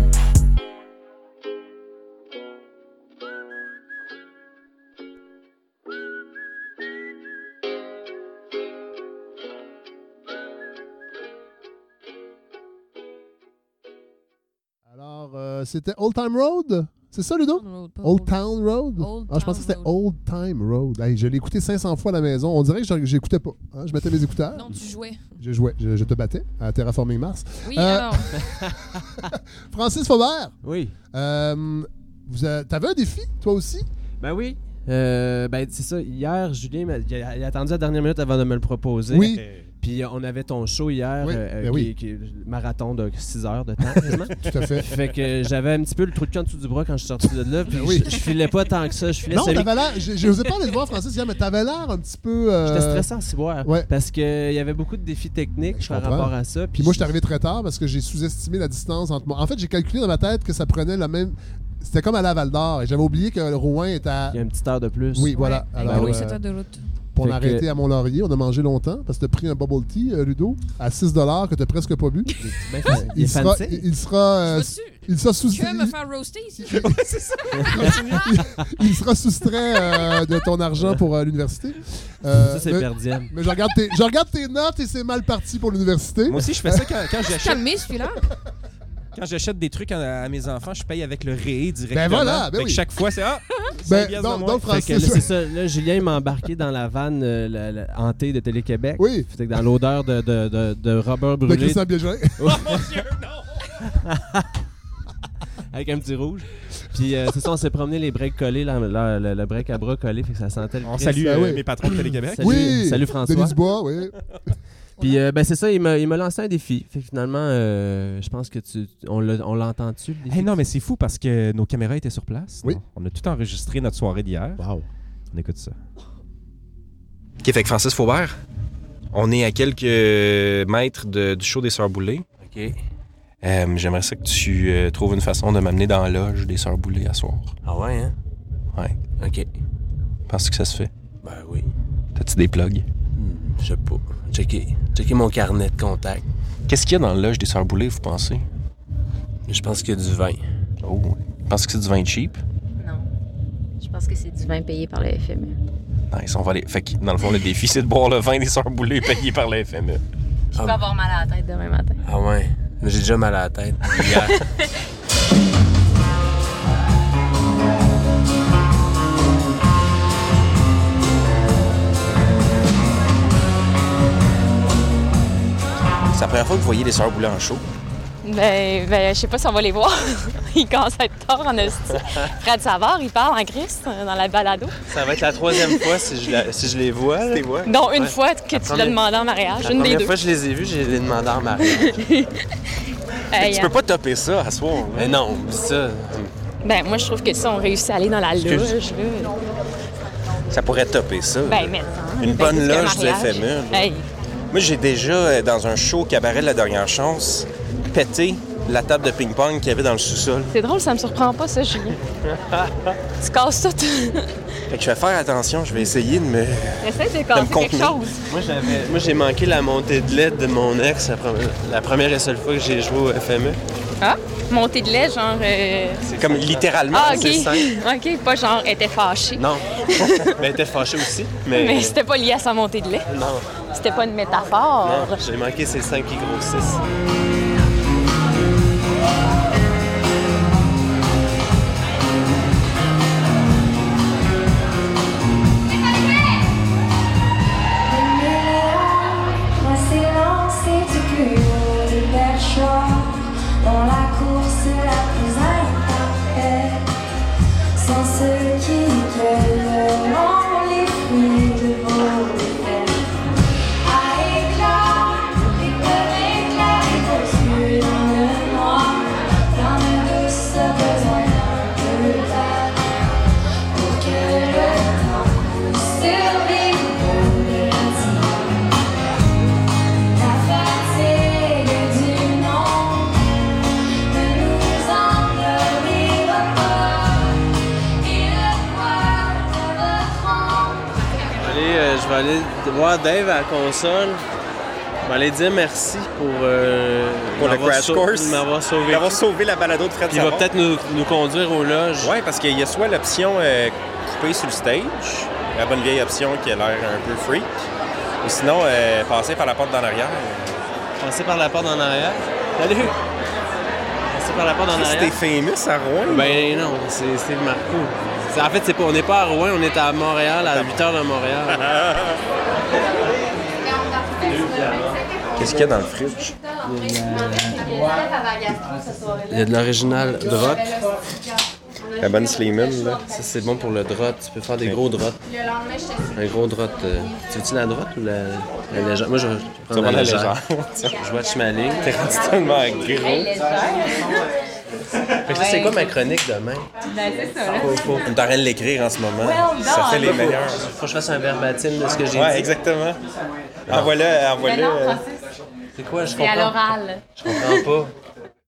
Speaker 1: Alors, euh, c'était Old Time Road? C'est ça, Ludo?
Speaker 5: Road, pas
Speaker 1: Old Town Road?
Speaker 5: Old
Speaker 1: Ah, je pensais que
Speaker 5: Town
Speaker 1: c'était Old Time Road. Hey, je l'ai écouté cinq cents fois à la maison. On dirait que je- j'écoutais pas. Hein? Je mettais mes écouteurs.
Speaker 5: Non, tu jouais.
Speaker 1: Je jouais. Je, je te battais à Terraforming Mars.
Speaker 5: Oui,
Speaker 1: Euh,
Speaker 5: alors.
Speaker 1: Francis Faubert,
Speaker 4: Oui.
Speaker 1: euh, vous a- t'avais un défi, toi aussi?
Speaker 4: Ben oui. Euh, ben c'est ça. Hier, Julien, m'a- il a, il a attendu la dernière minute avant de me le proposer.
Speaker 1: Oui.
Speaker 4: Puis euh, on avait ton show hier,
Speaker 1: Oui,
Speaker 4: euh,
Speaker 1: ben
Speaker 4: qui,
Speaker 1: oui.
Speaker 4: qui est le marathon de six heures de temps, quasiment.
Speaker 1: Tout à fait.
Speaker 4: Fait que j'avais un petit peu le trou de cul en dessous du bras quand je suis sorti de là. Puis
Speaker 1: Ben oui.
Speaker 4: je, je filais pas tant que ça. Je filais
Speaker 1: Non,
Speaker 4: celui-
Speaker 1: t'avais l'air. j'ai- J'osais pas aller te voir, Francis, hier, mais t'avais l'air un petit peu. euh,
Speaker 4: J'étais stressant à s'y voir.
Speaker 1: ouais.
Speaker 4: Parce qu'il y avait beaucoup de défis techniques
Speaker 1: Je
Speaker 4: par
Speaker 1: comprends.
Speaker 4: rapport à ça.
Speaker 1: Puis moi, je suis arrivé très tard parce que j'ai sous-estimé la distance entre moi. En fait, j'ai calculé dans ma tête que ça prenait la même. C'était comme aller à Val d'Or. Et j'avais oublié que le Rouen était à.
Speaker 4: Il y a une petite heure de plus.
Speaker 1: Oui, voilà.
Speaker 5: Ouais,
Speaker 1: Alors,
Speaker 5: avec
Speaker 1: euh,
Speaker 5: oui, sept heures de route.
Speaker 1: Pour
Speaker 4: Fait
Speaker 1: l'arrêter
Speaker 4: que-
Speaker 1: à Mont-Laurier, on a mangé longtemps parce que t'as pris un bubble tea, euh, Ludo, à six dollars que t'as presque pas bu.
Speaker 4: Ben, il
Speaker 1: Il
Speaker 4: est
Speaker 1: sera,
Speaker 4: fancy.
Speaker 1: il, il sera, euh,
Speaker 5: Tu vas-tu-
Speaker 1: il sera sous-
Speaker 5: Tu veux me
Speaker 1: il-
Speaker 5: faire roaster ici?
Speaker 2: C'est ça.
Speaker 1: il sera soustrait euh, de ton argent pour euh, l'université. Euh,
Speaker 4: Ça, c'est
Speaker 1: mais,
Speaker 4: perdième.
Speaker 1: mais je regarde tes, je regarde tes notes et c'est mal parti pour l'université.
Speaker 2: Moi aussi, je fais ça quand, quand j'achète.
Speaker 5: Calmez celui-là.
Speaker 2: Quand j'achète des trucs à, à mes enfants, je paye avec le ré directement.
Speaker 1: Ben voilà, ben
Speaker 2: Fait que
Speaker 1: oui.
Speaker 2: chaque fois, c'est ah,
Speaker 1: Ben,
Speaker 2: cinq piastres
Speaker 1: donc-
Speaker 2: de moins.
Speaker 1: donc,
Speaker 4: Fait que
Speaker 1: Francis,
Speaker 4: là, c'est ça. Là, Julien il m'a embarqué dans la vanne euh, la- la- hantée de Télé-Québec.
Speaker 1: Oui.
Speaker 4: Fait que dans l'odeur de, de, de, de Robert
Speaker 1: de
Speaker 4: brûlé
Speaker 1: Christian Biégin.
Speaker 2: Oh mon Dieu, non!
Speaker 4: avec un petit rouge. Puis euh, c'est ça, on s'est promené les breaks collés, là, là, le, le break à bras collé, fait que ça sentait le
Speaker 2: On
Speaker 4: Christ.
Speaker 2: salue
Speaker 1: Ben
Speaker 2: euh,
Speaker 1: oui.
Speaker 2: mes patrons de Télé-Québec.
Speaker 4: Salut,
Speaker 1: Oui.
Speaker 4: salut François.
Speaker 1: Denis Dubois, oui.
Speaker 4: Puis euh, ben c'est ça, il m'a, il m'a lancé un défi. Fait que finalement, euh, je pense que tu, on, l'a, on l'entend-tu, le défi?
Speaker 2: Hey, non, mais c'est fou parce que nos caméras étaient sur place.
Speaker 1: Oui.
Speaker 2: Non? On a tout enregistré notre soirée d'hier.
Speaker 1: Wow.
Speaker 2: On écoute ça.
Speaker 10: OK, fait que Francis Faubert, on est à quelques mètres de- du show des Sœurs Boulay.
Speaker 4: OK.
Speaker 10: Euh, j'aimerais ça que tu euh, trouves une façon de m'amener dans la loge des Sœurs Boulay à soir.
Speaker 4: Ah ouais, hein?
Speaker 10: Ouais.
Speaker 4: OK.
Speaker 10: Penses-tu que ça se fait?
Speaker 4: Ben oui.
Speaker 10: T'as-tu des plugs?
Speaker 4: Hmm, je sais pas. Checker. Checker mon carnet de contact.
Speaker 10: Qu'est-ce qu'il y a dans la loge des Sœurs Boulay, vous pensez?
Speaker 4: Je pense qu'il y a du vin.
Speaker 10: Oh. Penses-tu que c'est du vin cheap?
Speaker 11: Non. Je pense que c'est du vin payé par le F M E.
Speaker 10: Nice, on va aller... Fait que, dans le fond, le défi, c'est de boire le vin des Sœurs Boulay payé par la F M E.
Speaker 11: Je peux avoir mal à la tête demain matin.
Speaker 4: Ah ouais. J'ai déjà mal à la tête. Hier.
Speaker 10: C'est la première fois que vous voyez les Sœurs Boulay en show?
Speaker 12: Ben, ben je sais pas si on va les voir. Il commence à être tard en hostie. Fred Savard, il parle en Christ euh, dans la balado.
Speaker 4: Ça va être la troisième fois si je, la- si je les vois. Là.
Speaker 12: Dont une
Speaker 4: Ouais.
Speaker 12: fois que tu
Speaker 4: première-
Speaker 12: l'as demandé en mariage.
Speaker 4: La
Speaker 12: Une des
Speaker 4: première
Speaker 12: deux.
Speaker 4: fois que je les ai vus, j'ai les demandé en mariage.
Speaker 12: Hey,
Speaker 10: Tu
Speaker 12: hein.
Speaker 10: peux pas topper ça à soir. là.
Speaker 4: Mais non, ça...
Speaker 12: Ben, moi, je trouve que ça, on réussit à aller dans la
Speaker 10: que
Speaker 12: loge.
Speaker 10: je-
Speaker 12: Là.
Speaker 10: Ça pourrait topper ça.
Speaker 12: Ben, maintenant.
Speaker 10: Une
Speaker 12: Ben,
Speaker 10: bonne
Speaker 12: c'est ce qu'un
Speaker 10: loge du
Speaker 12: mariage.
Speaker 10: F M E. là.
Speaker 12: Hey,
Speaker 10: Moi, j'ai déjà, euh, dans un show cabaret de la dernière chance, pété la table de ping-pong qu'il y avait dans le sous-sol.
Speaker 12: c'est drôle, ça me surprend pas, ça, Julien. Tu casses tout.
Speaker 10: Fait que je vais faire attention, je vais essayer de me...
Speaker 12: Essaye de
Speaker 10: me
Speaker 12: casser quelque
Speaker 10: contenir.
Speaker 12: chose.
Speaker 4: Moi, j'avais, moi, j'ai manqué la montée de lait de mon ex la première, la première et seule fois que j'ai joué au F M E.
Speaker 12: Ah, montée de lait, genre... euh,
Speaker 10: C'est comme littéralement,
Speaker 12: Ah,
Speaker 10: c'est
Speaker 12: OK.
Speaker 10: simple.
Speaker 12: OK, pas genre, elle était fâchée.
Speaker 4: Non. Mais elle était fâchée aussi. Mais,
Speaker 12: Mais c'était pas lié à sa montée de lait.
Speaker 4: non,
Speaker 12: C'était pas une métaphore.
Speaker 4: non, j'ai manqué ces seins qui grossissent.
Speaker 8: Moi c'est lancé du plus haut des perchoirs dans la course la plus imparfaite, sans ceux qui cueilleront les fruits de vos défaites. À éclat, et comme éclat, et vos yeux dans le noir, dans le douce besoin d'un peu d'air, pour que le temps vous survive de l'intime. La fatigue du nom ne nous endormira pas, et le poids de votre ombre.
Speaker 4: Allez, euh, je vais aller voir Dave à la console. Je vais aller dire merci pour, euh,
Speaker 10: Pour le
Speaker 4: m'avoir
Speaker 10: crash
Speaker 4: sau-
Speaker 10: course.
Speaker 4: m'avoir sauvé.
Speaker 10: D'avoir sauvé la balado de Fred
Speaker 4: Puis il va
Speaker 10: Savard.
Speaker 4: peut-être nous, nous conduire aux loges.
Speaker 10: Ouais, parce qu'il y a soit l'option euh, coupée sur le stage, la bonne vieille option qui a l'air un peu freak, ou sinon euh, passer par la porte d'en arrière.
Speaker 4: Passer par la porte en arrière. Salut! Passer par la porte en
Speaker 10: C'était
Speaker 4: arrière.
Speaker 10: famous à Rouen.
Speaker 4: Ben non, c'est Steve Marco. C'est- En fait, c'est pas, on n'est pas à Rouen, on est à Montréal, à huit heures de Montréal.
Speaker 10: Qu'est-ce qu'il y a dans le fridge?
Speaker 4: Il y a de l'original drop.
Speaker 10: La bonne Slimane, là.
Speaker 4: Ça, c'est bon pour le drop. Tu peux faire des gros drops. Un gros drop. euh, Tu veux-tu la droite ou la, la légère? Moi, je vais
Speaker 10: Tu
Speaker 4: prendre
Speaker 10: vas
Speaker 4: la
Speaker 10: prendre la
Speaker 4: légère.
Speaker 10: légère.
Speaker 4: Je watch ma ligne.
Speaker 10: T'es rendu tellement gros.
Speaker 4: Fait que ça, c'est quoi ma chronique demain? Faut, faut,
Speaker 10: On est en train de l'écrire en ce moment. Ça fait les meilleurs.
Speaker 4: faut que je fasse un verbatim de ce que j'ai
Speaker 10: Ouais,
Speaker 4: dit.
Speaker 10: exactement. Envoie-le, envoie-le. euh,
Speaker 4: C'est quoi? Je
Speaker 12: C'est à
Speaker 4: comprends.
Speaker 12: l'oral.
Speaker 4: Je comprends pas.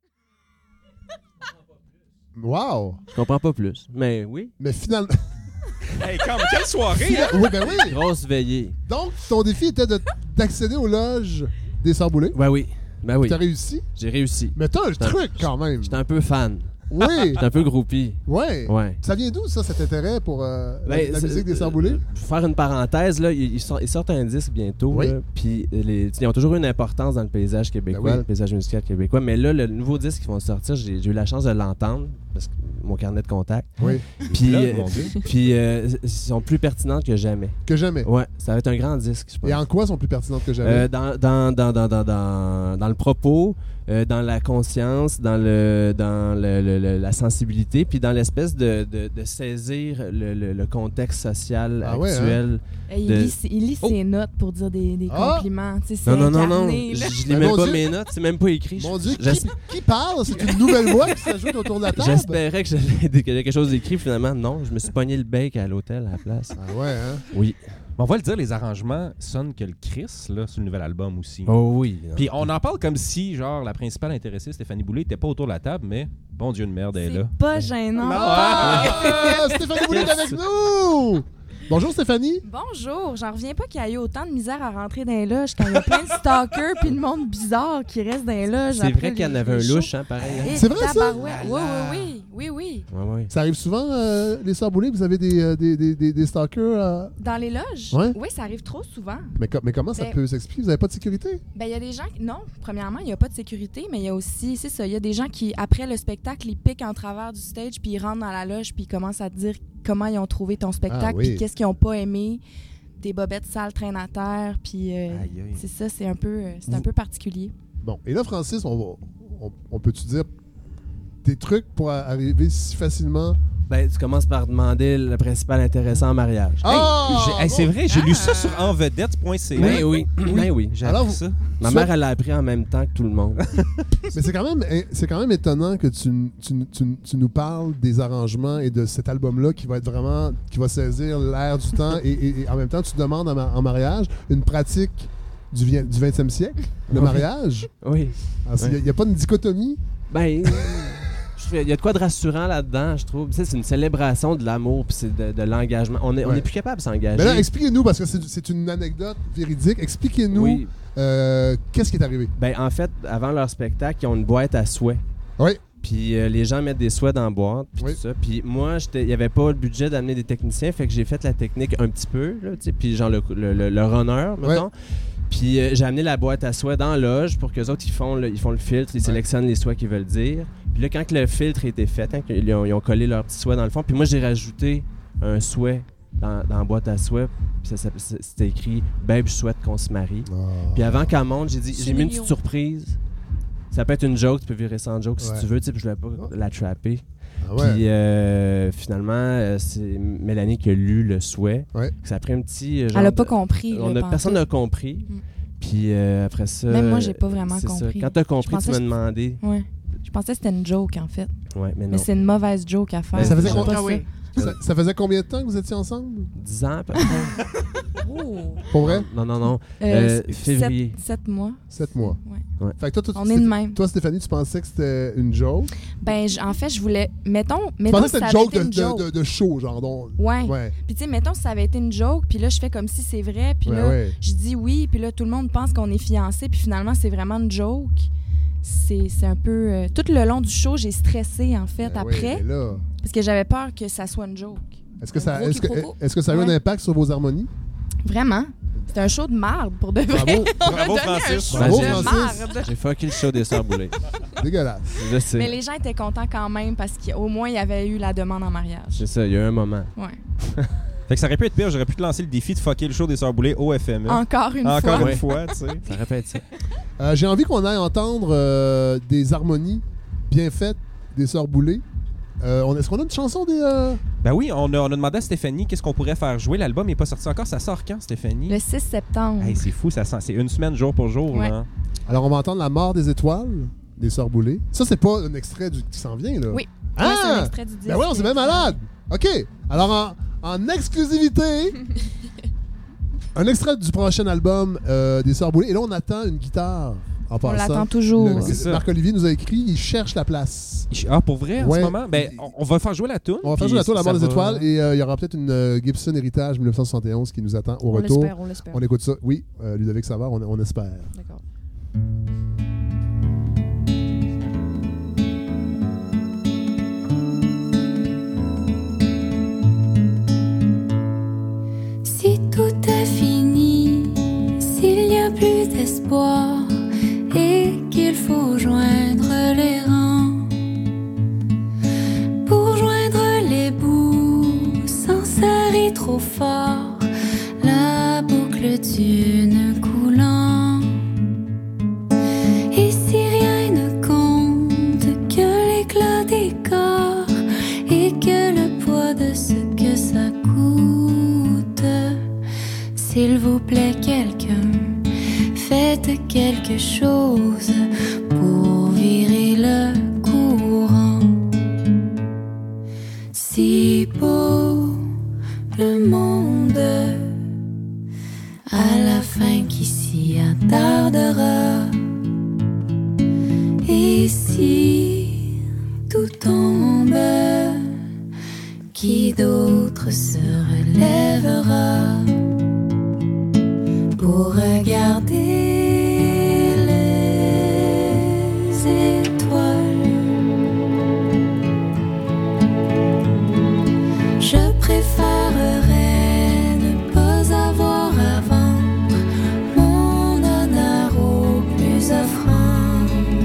Speaker 1: Wow!
Speaker 4: Je comprends pas plus. Mais oui.
Speaker 1: Mais finalement.
Speaker 2: Hey, comme, quelle soirée, hein?
Speaker 1: Oui, ben oui!
Speaker 4: Grosse veillée.
Speaker 1: Donc, ton défi était de- d'accéder aux loges des Sœurs Boulay.
Speaker 4: Ben oui. Ben oui.
Speaker 1: T'as réussi.
Speaker 4: J'ai réussi.
Speaker 1: Mais t'as un
Speaker 4: J'étais un-
Speaker 1: truc quand même.
Speaker 4: J'étais un peu fan.
Speaker 1: Oui!
Speaker 4: J'étais un peu groupie.
Speaker 1: Ouais.
Speaker 4: Ouais.
Speaker 1: Ça vient d'où, ça, cet intérêt pour euh, la-
Speaker 4: Ben,
Speaker 1: la,
Speaker 4: c'est-
Speaker 1: musique des Sœurs Boulay?
Speaker 4: Pour faire une parenthèse, là, ils, ils sortent, ils sortent un disque bientôt.
Speaker 1: Oui.
Speaker 4: là, Puis les- ils ont toujours une importance dans le paysage québécois,
Speaker 1: Ben oui.
Speaker 4: le paysage musical québécois. Mais là, le nouveau disque qu'ils vont sortir, j'ai j'ai eu la chance de l'entendre, parce que mon carnet de contact.
Speaker 1: Oui.
Speaker 4: Puis,
Speaker 1: Là,
Speaker 4: euh,
Speaker 1: mon Dieu.
Speaker 4: puis euh, ils sont plus pertinentes que jamais.
Speaker 1: Que jamais.
Speaker 4: Ouais, ça va être un grand disque, je pense.
Speaker 1: Et en quoi sont plus pertinentes que jamais?
Speaker 4: Euh, dans, dans, dans, dans, dans, dans, dans le propos, euh, dans la conscience, dans le dans le, le-
Speaker 13: le- le- la sensibilité, puis dans l'espèce de, de, de saisir le, le- le contexte social
Speaker 1: Ah ouais,
Speaker 13: actuel.
Speaker 14: Hey,
Speaker 13: de-
Speaker 14: il, lit, ses- il lit ses notes pour dire des, des
Speaker 1: Ah!
Speaker 14: compliments. Tu sais, c'est
Speaker 13: Non, non, non, non,
Speaker 14: incarné,
Speaker 13: je
Speaker 14: là.
Speaker 13: je lis
Speaker 1: Ben,
Speaker 13: même
Speaker 1: mon
Speaker 13: pas
Speaker 1: Dieu.
Speaker 13: mes notes, c'est même pas écrit.
Speaker 1: Mon Dieu, qui,
Speaker 13: J'es-
Speaker 1: qui parle? C'est une nouvelle voix qui s'ajoute autour de la table.
Speaker 13: J'espérais que j'avais que j'avais quelque chose d'écrit, finalement, non, je me suis pogné le bec à l'hôtel à la place.
Speaker 1: Ah ouais, hein?
Speaker 13: Oui.
Speaker 2: On va le dire, les arrangements sonnent que le Chris là, sur le nouvel album aussi.
Speaker 13: Oh oui.
Speaker 2: Puis on en parle comme si, genre, la principale intéressée, Stéphanie Boulay, n'était pas autour de la table, mais bon Dieu de merde, elle est là.
Speaker 14: Pas gênant.
Speaker 1: Ah, Stéphanie Boulay est avec nous! Bonjour Stéphanie.
Speaker 14: Bonjour, j'en reviens pas qu'il y ait eu autant de misère à rentrer dans les loges quand il y a plein de stalkers puis de monde bizarre qui reste dans les loges.
Speaker 13: C'est
Speaker 14: après
Speaker 13: vrai qu'il y en
Speaker 14: les-
Speaker 13: avait un
Speaker 14: les shows.
Speaker 13: louche, hein, pareil. hein.
Speaker 14: Et
Speaker 1: C'est vrai, ça?
Speaker 14: tabarouette. Oui, oui, oui, oui, oui.
Speaker 13: Ouais, ouais.
Speaker 1: Ça arrive souvent, euh, les Sœurs Boulay, vous avez des, euh, des, des, des, des stalkers? euh?
Speaker 14: Dans les loges?
Speaker 1: Ouais.
Speaker 14: Oui, ça arrive trop souvent.
Speaker 1: Mais, co- mais comment ça
Speaker 14: Ben-
Speaker 1: peut s'expliquer? Vous n'avez pas de sécurité?
Speaker 14: Ben, il y a des gens qui... Non, premièrement, il n'y a pas de sécurité, mais il y a aussi, c'est ça, il y a des gens qui, après le spectacle, ils piquent en travers du stage, puis ils rentrent dans la loge, puis ils commencent à te dire comment ils ont trouvé ton spectacle,
Speaker 1: Ah oui.
Speaker 14: puis qu'est-ce qu'ils n'ont pas aimé. Des bobettes sales traînent à terre, puis euh,
Speaker 2: Aïe, aïe.
Speaker 14: c'est ça, c'est un peu, euh, c'est un
Speaker 1: Vous-
Speaker 14: peu particulier.
Speaker 1: Bon, et là, Francis, on, va- on, on peut-tu dire des trucs pour a- arriver si facilement?
Speaker 13: Ben, tu commences par demander le principal intéressant en mariage.
Speaker 1: Ah!
Speaker 2: J'ai- hey, c'est
Speaker 1: bon.
Speaker 2: vrai, j'ai lu ça sur envedette point c a.
Speaker 13: Ben oui, ben oui.
Speaker 2: J'ai
Speaker 1: Alors,
Speaker 2: appris
Speaker 1: vous-
Speaker 2: ça.
Speaker 13: Ma
Speaker 1: Soit-
Speaker 13: mère, elle l'a appris en même temps que tout le monde.
Speaker 1: Mais c'est quand même, hein, c'est quand même étonnant que tu, tu, tu, tu nous parles des arrangements et de cet album-là qui va être vraiment, qui va saisir l'air du temps et, et- et en même temps, tu demandes en, ma- en mariage une pratique du, vi- du vingtième siècle, le
Speaker 13: Oui.
Speaker 1: mariage.
Speaker 13: Oui.
Speaker 1: Il n'y a, pas une dichotomie.
Speaker 13: Ben, il y a de quoi de rassurant là-dedans, je trouve. Tu sais, c'est une célébration de l'amour puis c'est de, de l'engagement. On est, on
Speaker 1: Ouais.
Speaker 13: est plus capable de s'engager.
Speaker 1: Mais là, expliquez-nous, parce que c'est, c'est une anecdote véridique, expliquez-nous
Speaker 13: Oui.
Speaker 1: euh, qu'est-ce qui est arrivé.
Speaker 13: Ben, en fait, avant leur spectacle, ils ont une boîte à souhaits.
Speaker 1: Oui.
Speaker 13: Puis euh, les gens mettent des souhaits dans la boîte, puis
Speaker 1: Oui.
Speaker 13: tout ça. Puis moi, il n'y avait pas le budget d'amener des techniciens, fait que j'ai fait la technique un petit peu, là, tu sais, puis genre le, le, le, le runner, mettons.
Speaker 1: Ouais.
Speaker 13: Puis euh, j'ai amené la boîte à souhaits dans la loge pour qu'eux autres, ils font le, ils font le filtre, ils sélectionnent les souhaits qu'ils veulent dire. Puis là, quand que le filtre a été fait, hein, qu'ils ont, ils ont collé leur petit souhait dans le fond, puis moi, j'ai rajouté un souhait dans, dans la boîte à souhaits, puis ça, ça- c'était écrit « Babe, je souhaite qu'on se marie
Speaker 1: Ah. ».
Speaker 13: Puis avant qu'elle monte, j'ai dit
Speaker 14: C'est
Speaker 13: j'ai mis une
Speaker 14: mignon.
Speaker 13: petite surprise. Ça peut être une joke, tu peux virer sans joke si
Speaker 1: Ouais.
Speaker 13: tu veux, tu sais, puis je voulais pas la trapper.
Speaker 1: Ah ouais.
Speaker 13: Puis euh, finalement, euh, c'est Mélanie qui a lu le souhait.
Speaker 1: Ouais.
Speaker 13: Ça a pris un petit. euh, genre
Speaker 14: Elle a
Speaker 13: de-
Speaker 14: pas compris.
Speaker 13: On
Speaker 14: là,
Speaker 13: a, personne
Speaker 14: pantoute.
Speaker 13: n'a compris.
Speaker 14: Mm.
Speaker 13: Puis euh, après ça.
Speaker 14: Même moi, j'ai pas vraiment
Speaker 13: c'est ça.
Speaker 14: compris.
Speaker 13: Quand t'as
Speaker 14: Je
Speaker 13: compris, tu
Speaker 14: pensais
Speaker 13: m'as
Speaker 14: que-
Speaker 13: demandé.
Speaker 14: Ouais. Je pensais que c'était une joke, en fait.
Speaker 13: Ouais, mais non.
Speaker 14: Mais c'est une mauvaise joke à faire.
Speaker 1: Mais ça faisait
Speaker 14: J'aime
Speaker 1: combien-
Speaker 14: pas
Speaker 1: Ah
Speaker 14: ça.
Speaker 1: oui. Ça, ça faisait combien de temps que vous étiez ensemble?
Speaker 13: dix ans, à peu près.
Speaker 14: Oh.
Speaker 1: Pour vrai?
Speaker 13: Non, non, non.
Speaker 14: Euh,
Speaker 13: Euh, février.
Speaker 14: Sept, sept mois.
Speaker 1: Sept mois.
Speaker 14: Ouais.
Speaker 13: Ouais.
Speaker 1: Fait que toi, toi,
Speaker 14: On
Speaker 1: tu-
Speaker 14: est de même.
Speaker 1: Toi, Stéphanie, tu pensais que c'était une joke?
Speaker 14: Ben, j- en fait, je voulais. Mettons,
Speaker 1: Tu
Speaker 14: mettons
Speaker 1: pensais que
Speaker 14: si
Speaker 1: c'était
Speaker 14: ça
Speaker 1: une
Speaker 14: avait
Speaker 1: joke
Speaker 14: été
Speaker 1: de,
Speaker 14: une joke.
Speaker 1: de, de, de show, genre. dont-
Speaker 14: Ouais.
Speaker 1: Ouais.
Speaker 14: Puis, tu sais, mettons si ça avait été une joke, puis là, je fais comme si c'est vrai, puis
Speaker 1: Ouais,
Speaker 14: là,
Speaker 1: ouais.
Speaker 14: je dis oui, puis là, tout le monde pense qu'on est fiancés, puis finalement, c'est vraiment une joke. C'est c'est un peu. euh, tout le long du show, j'ai stressé, en fait,
Speaker 1: Ben oui,
Speaker 14: après,
Speaker 1: mais là,
Speaker 14: parce que j'avais peur que ça soit une joke.
Speaker 1: est-ce que,
Speaker 14: Un
Speaker 1: ça,
Speaker 14: gros
Speaker 1: est-ce, que,
Speaker 14: quiproquo.
Speaker 1: est-ce que ça a eu un
Speaker 14: Ouais.
Speaker 1: impact sur vos harmonies?
Speaker 14: Vraiment. C'était un show de marde, pour de vrai.
Speaker 1: Bravo.
Speaker 14: On
Speaker 2: Bravo,
Speaker 14: a donné
Speaker 2: Francis.
Speaker 14: un show
Speaker 1: Bravo,
Speaker 14: de
Speaker 1: Francis.
Speaker 14: marde.
Speaker 13: J'ai fucké le show des Sœurs Boulay.
Speaker 1: Dégueulasse.
Speaker 13: Je sais.
Speaker 14: Mais les gens étaient contents quand même parce qu'au moins, il y avait eu la demande en mariage.
Speaker 13: C'est ça, il y a eu un moment.
Speaker 14: Ouais.
Speaker 2: Fait que ça aurait pu être pire, j'aurais pu te lancer le défi de fucker le show des Sœurs Boulay au F M E.
Speaker 14: Encore une
Speaker 2: Encore
Speaker 14: fois.
Speaker 2: une
Speaker 13: Ouais.
Speaker 2: fois, tu sais.
Speaker 13: Ça répète ça.
Speaker 1: Euh, j'ai envie qu'on aille entendre euh, des harmonies bien faites des Sœurs Boulay. Euh, on- est-ce qu'on a une chanson des... euh,
Speaker 2: Ben oui, on a, on a demandé à Stéphanie qu'est-ce qu'on pourrait faire jouer. L'album n'est pas sorti encore. Ça sort quand, Stéphanie?
Speaker 14: Le six septembre.
Speaker 2: Hey, c'est fou, ça sent- c'est une semaine jour pour jour.
Speaker 14: Ouais.
Speaker 2: Là.
Speaker 1: Alors, on va entendre La mort des étoiles des Sœurs Boulay. Ça, c'est pas un extrait du... qui s'en vient, là?
Speaker 14: Oui.
Speaker 1: Ah!
Speaker 14: Ouais, c'est un extrait du disque.
Speaker 1: Ben ouais, on s'est même malade! OK. Alors, en, en exclusivité, un extrait du prochain album euh, des Sœurs Boulay. Et là, on attend une guitare. En
Speaker 14: On
Speaker 1: passant.
Speaker 14: l'attend toujours.
Speaker 1: Le-
Speaker 2: C'est ça.
Speaker 1: Marc-Olivier nous a écrit, il cherche la place.
Speaker 2: Ah, pour vrai, en
Speaker 1: Ouais.
Speaker 2: ce moment? Ben, on, on va faire jouer la toune.
Speaker 1: On va faire
Speaker 2: puis
Speaker 1: jouer la tour La
Speaker 2: ça
Speaker 1: mort des
Speaker 2: va-
Speaker 1: étoiles et euh, il y aura peut-être une euh, Gibson Héritage dix-neuf cent soixante et onze qui nous attend au
Speaker 14: On
Speaker 1: retour.
Speaker 14: l'espère, on l'espère.
Speaker 1: On écoute ça. Oui, euh, Ludovic Savard, on, on espère.
Speaker 14: D'accord.
Speaker 8: Si tout est fini, s'il n'y a plus d'espoir et qu'il faut joindre les rangs, pour joindre les bouts sans serrer trop fort la boucle d'une coulant. Et si rien ne compte que l'éclat des corps, Faites quelque chose pour virer le courant. Si beau le monde, à la fin qui s'y attardera. Et si tout tombe, qui d'autre se relèvera pour regarder les étoiles? Je préférerais ne pas avoir à vendre mon honneur au plus offrant.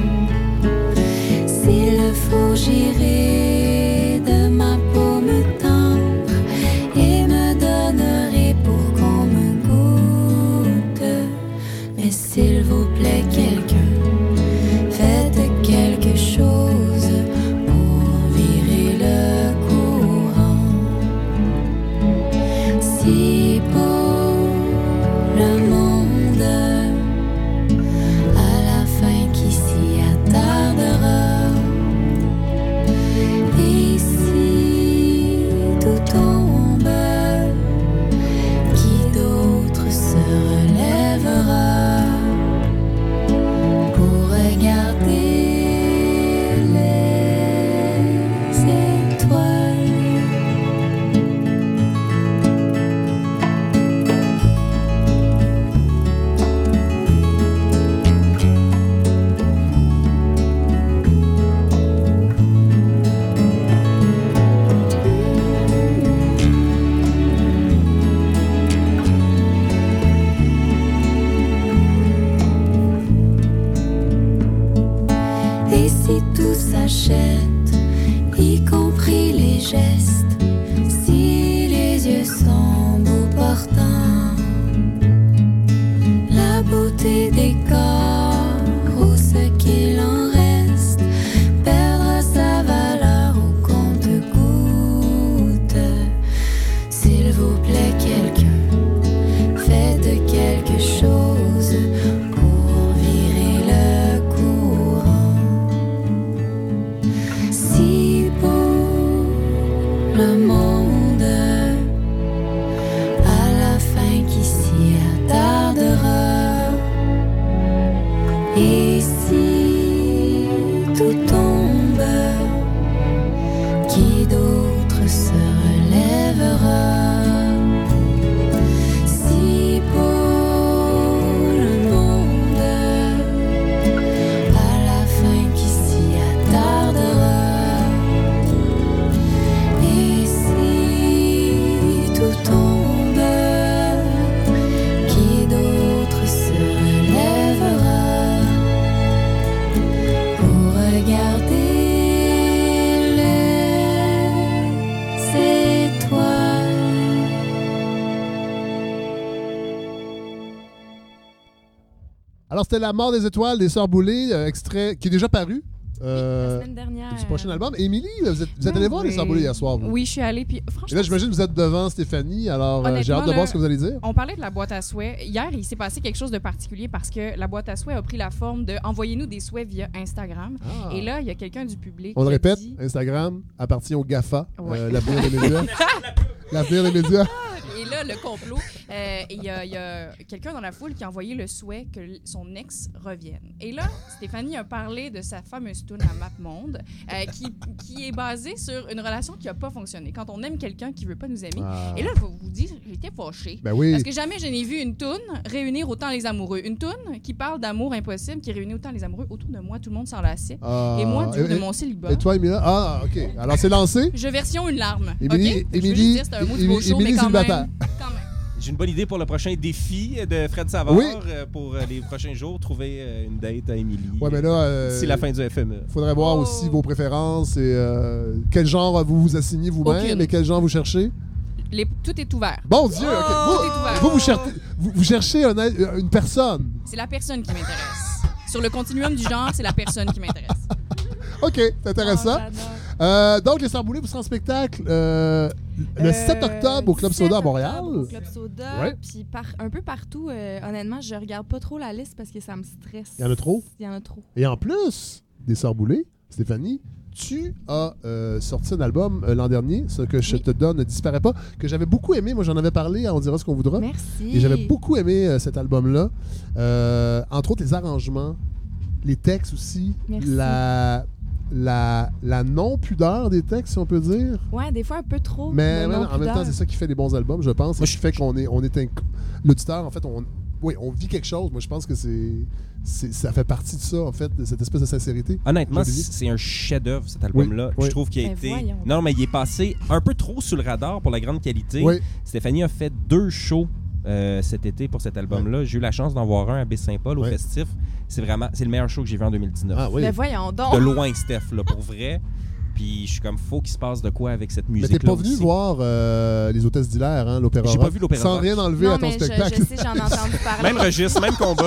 Speaker 8: S'il le faut, j'irai de ma paume tendre et me donnerai pour qu'on me goûte. Mais s'il vous plaît, quelqu'un, faites quelque chose pour virer le courant. Si beau le monde, à la fin qui s'y attardera. Et si tout tombe, qui d'autre se relèvera pour regarder les étoiles? Et si tout s'achète, y compris les gestes, si les yeux sont beaux portants, la beauté des corps ou ce qu'il en reste perdra sa valeur au compte-gouttes. S'il vous plaît, quelqu'un, faites quelque chose pour virer le courant. Si beau le monde, à la fin qui s'y attardera. Et si tout tombe, qui d'autre se relèvera? Si beau le monde, à la fin qui s'y attardera. Et si tout tombe, qui d'autre se relèvera pour regarder les étoiles?
Speaker 1: Alors, c'était La mort des étoiles des Sœurs Boulay, euh, extrait qui est déjà paru. euh,
Speaker 14: La semaine dernière.
Speaker 1: Du prochain album. Et Émilie, vous êtes, vous êtes
Speaker 3: Oui,
Speaker 1: allée voir les
Speaker 3: oui.
Speaker 1: Sœurs Boulay hier soir, vous?
Speaker 3: Oui, je suis allée. Puis,
Speaker 1: Et
Speaker 3: franchement,
Speaker 1: là, j'imagine que vous êtes devant Stéphanie, alors euh, j'ai
Speaker 3: honnêtement,
Speaker 1: hâte de voir
Speaker 3: là,
Speaker 1: ce que vous allez dire.
Speaker 3: On parlait de la boîte à souhaits. Hier, il s'est passé quelque chose de particulier parce que la boîte à souhaits a pris la forme de envoyez-nous des souhaits via Instagram.
Speaker 1: Ah.
Speaker 3: Et là, il y a quelqu'un du public.
Speaker 1: On le
Speaker 3: qui a
Speaker 1: répète,
Speaker 3: dit-
Speaker 1: Instagram appartient au GAFA,
Speaker 3: Ouais.
Speaker 1: euh, l'avenir des médias. L'avenir des médias.
Speaker 3: Et là, le complot, euh, il y a, il y a quelqu'un dans la foule qui a envoyé le souhait que l- son ex revienne. Et là, Stéphanie a parlé de sa fameuse toune à MapMonde, euh, qui, qui est basée sur une relation qui n'a pas fonctionné. Quand on aime quelqu'un qui ne veut pas nous aimer.
Speaker 1: Ah.
Speaker 3: Et là, je vais vous dire, j'étais fâchée.
Speaker 1: Ben oui.
Speaker 3: Parce que jamais je n'ai vu une toune réunir autant les amoureux. Une toune qui parle d'amour impossible, qui réunit autant les amoureux. Autour de moi, tout le monde s'enlaçait.
Speaker 1: Ah.
Speaker 3: Et moi, du haut de
Speaker 1: Et-
Speaker 3: mon célibat.
Speaker 1: Et toi, Émilie? Ah, OK. Alors, c'est lancé.
Speaker 3: Je version une larme.
Speaker 1: Émilie,
Speaker 3: OK? Je veux juste
Speaker 1: Émilie,
Speaker 3: dire, c'est un mot du
Speaker 1: Émilie,
Speaker 3: beau show,
Speaker 1: Émilie
Speaker 3: mais quand
Speaker 1: célibataire.
Speaker 3: même, quand même.
Speaker 2: J'ai une bonne idée pour le prochain défi de Fred Savard
Speaker 1: Oui.
Speaker 2: euh, pour euh, les prochains jours. Trouver euh, une date à Émilie.
Speaker 1: Ouais, mais là. euh,
Speaker 2: D'ici la fin du F M E.
Speaker 1: Faudrait voir
Speaker 3: Oh.
Speaker 1: aussi vos préférences et euh, quel genre vous vous assignez vous-même
Speaker 3: Aucune.
Speaker 1: et quel genre vous cherchez.
Speaker 3: Les- tout est ouvert.
Speaker 1: Bon Dieu, OK.
Speaker 3: Tout
Speaker 1: Vous,
Speaker 3: est ouvert.
Speaker 1: vous, vous cherchez, vous, vous cherchez un être- une personne.
Speaker 3: C'est la personne qui m'intéresse. Sur le continuum du genre, c'est la personne qui m'intéresse.
Speaker 1: OK, c'est intéressant.
Speaker 14: Oh, j'adore.
Speaker 1: Euh, donc, les Sœurs Boulay, vous serez en spectacle euh, Le
Speaker 14: Euh,
Speaker 1: sept octobre au Club
Speaker 14: sept
Speaker 1: Soda à
Speaker 14: octobre
Speaker 1: Montréal.
Speaker 14: Au Club Soda,
Speaker 1: Ouais.
Speaker 14: puis par, un peu partout. euh, honnêtement, je regarde pas trop la liste parce que ça me stresse.
Speaker 1: Il y en a trop?
Speaker 14: Il y en a trop.
Speaker 1: Et en plus des Sœurs Boulay, Stéphanie, tu as euh, sorti un album euh, l'an dernier, Ce que je
Speaker 14: Oui.
Speaker 1: te donne ne disparaît pas, que j'avais beaucoup aimé. Moi, j'en avais parlé à On dira ce qu'on voudra.
Speaker 14: Merci.
Speaker 1: Et j'avais beaucoup aimé euh, cet album-là. Euh, entre autres, les arrangements, les textes aussi,
Speaker 14: Merci.
Speaker 1: la, la, la non-pudeur des textes, si on peut dire.
Speaker 14: Ouais, des fois un peu trop.
Speaker 1: Mais
Speaker 14: de
Speaker 1: ouais, en même
Speaker 14: non-pudeur.
Speaker 1: temps, c'est ça qui fait des bons albums, je pense. C'est ce qui fait qu'on est, on est un... L'auditeur, en fait, on... Oui, on vit quelque chose. Moi, je pense que c'est, c'est, ça fait partie de ça, en fait, de cette espèce de sincérité.
Speaker 2: Honnêtement,
Speaker 1: Olivier?
Speaker 2: c'est un chef-d'œuvre, cet album-là.
Speaker 1: Oui, oui.
Speaker 2: Je trouve qu'il a
Speaker 14: Ben
Speaker 2: été.
Speaker 14: voyons.
Speaker 2: Non, mais il est passé un peu trop sous le radar pour la grande qualité.
Speaker 1: Oui.
Speaker 2: Stéphanie a fait deux shows euh, cet été pour cet album-là. J'ai eu la chance d'en voir un à Baie-Saint-Paul au
Speaker 1: Ouais.
Speaker 2: festif. C'est vraiment c'est le meilleur show que j'ai vu en deux mille dix-neuf.
Speaker 1: Ah oui.
Speaker 14: Mais voyons donc.
Speaker 2: De loin, Steph, là, pour vrai. Puis je suis comme, faut qu'il se passe de quoi avec cette
Speaker 1: Mais
Speaker 2: musique-là.
Speaker 1: t'es pas venu
Speaker 2: aussi.
Speaker 1: voir euh, les Hôtesses d'Hilaire, hein, l'Opéra
Speaker 2: J'ai
Speaker 1: Rock,
Speaker 2: pas vu l'Opéra
Speaker 1: sans
Speaker 2: Rock.
Speaker 1: rien enlever
Speaker 14: Non,
Speaker 1: à ton
Speaker 14: mais je,
Speaker 1: spectacle.
Speaker 14: je sais, j'en ai entendu parler.
Speaker 2: Même registre, même combat.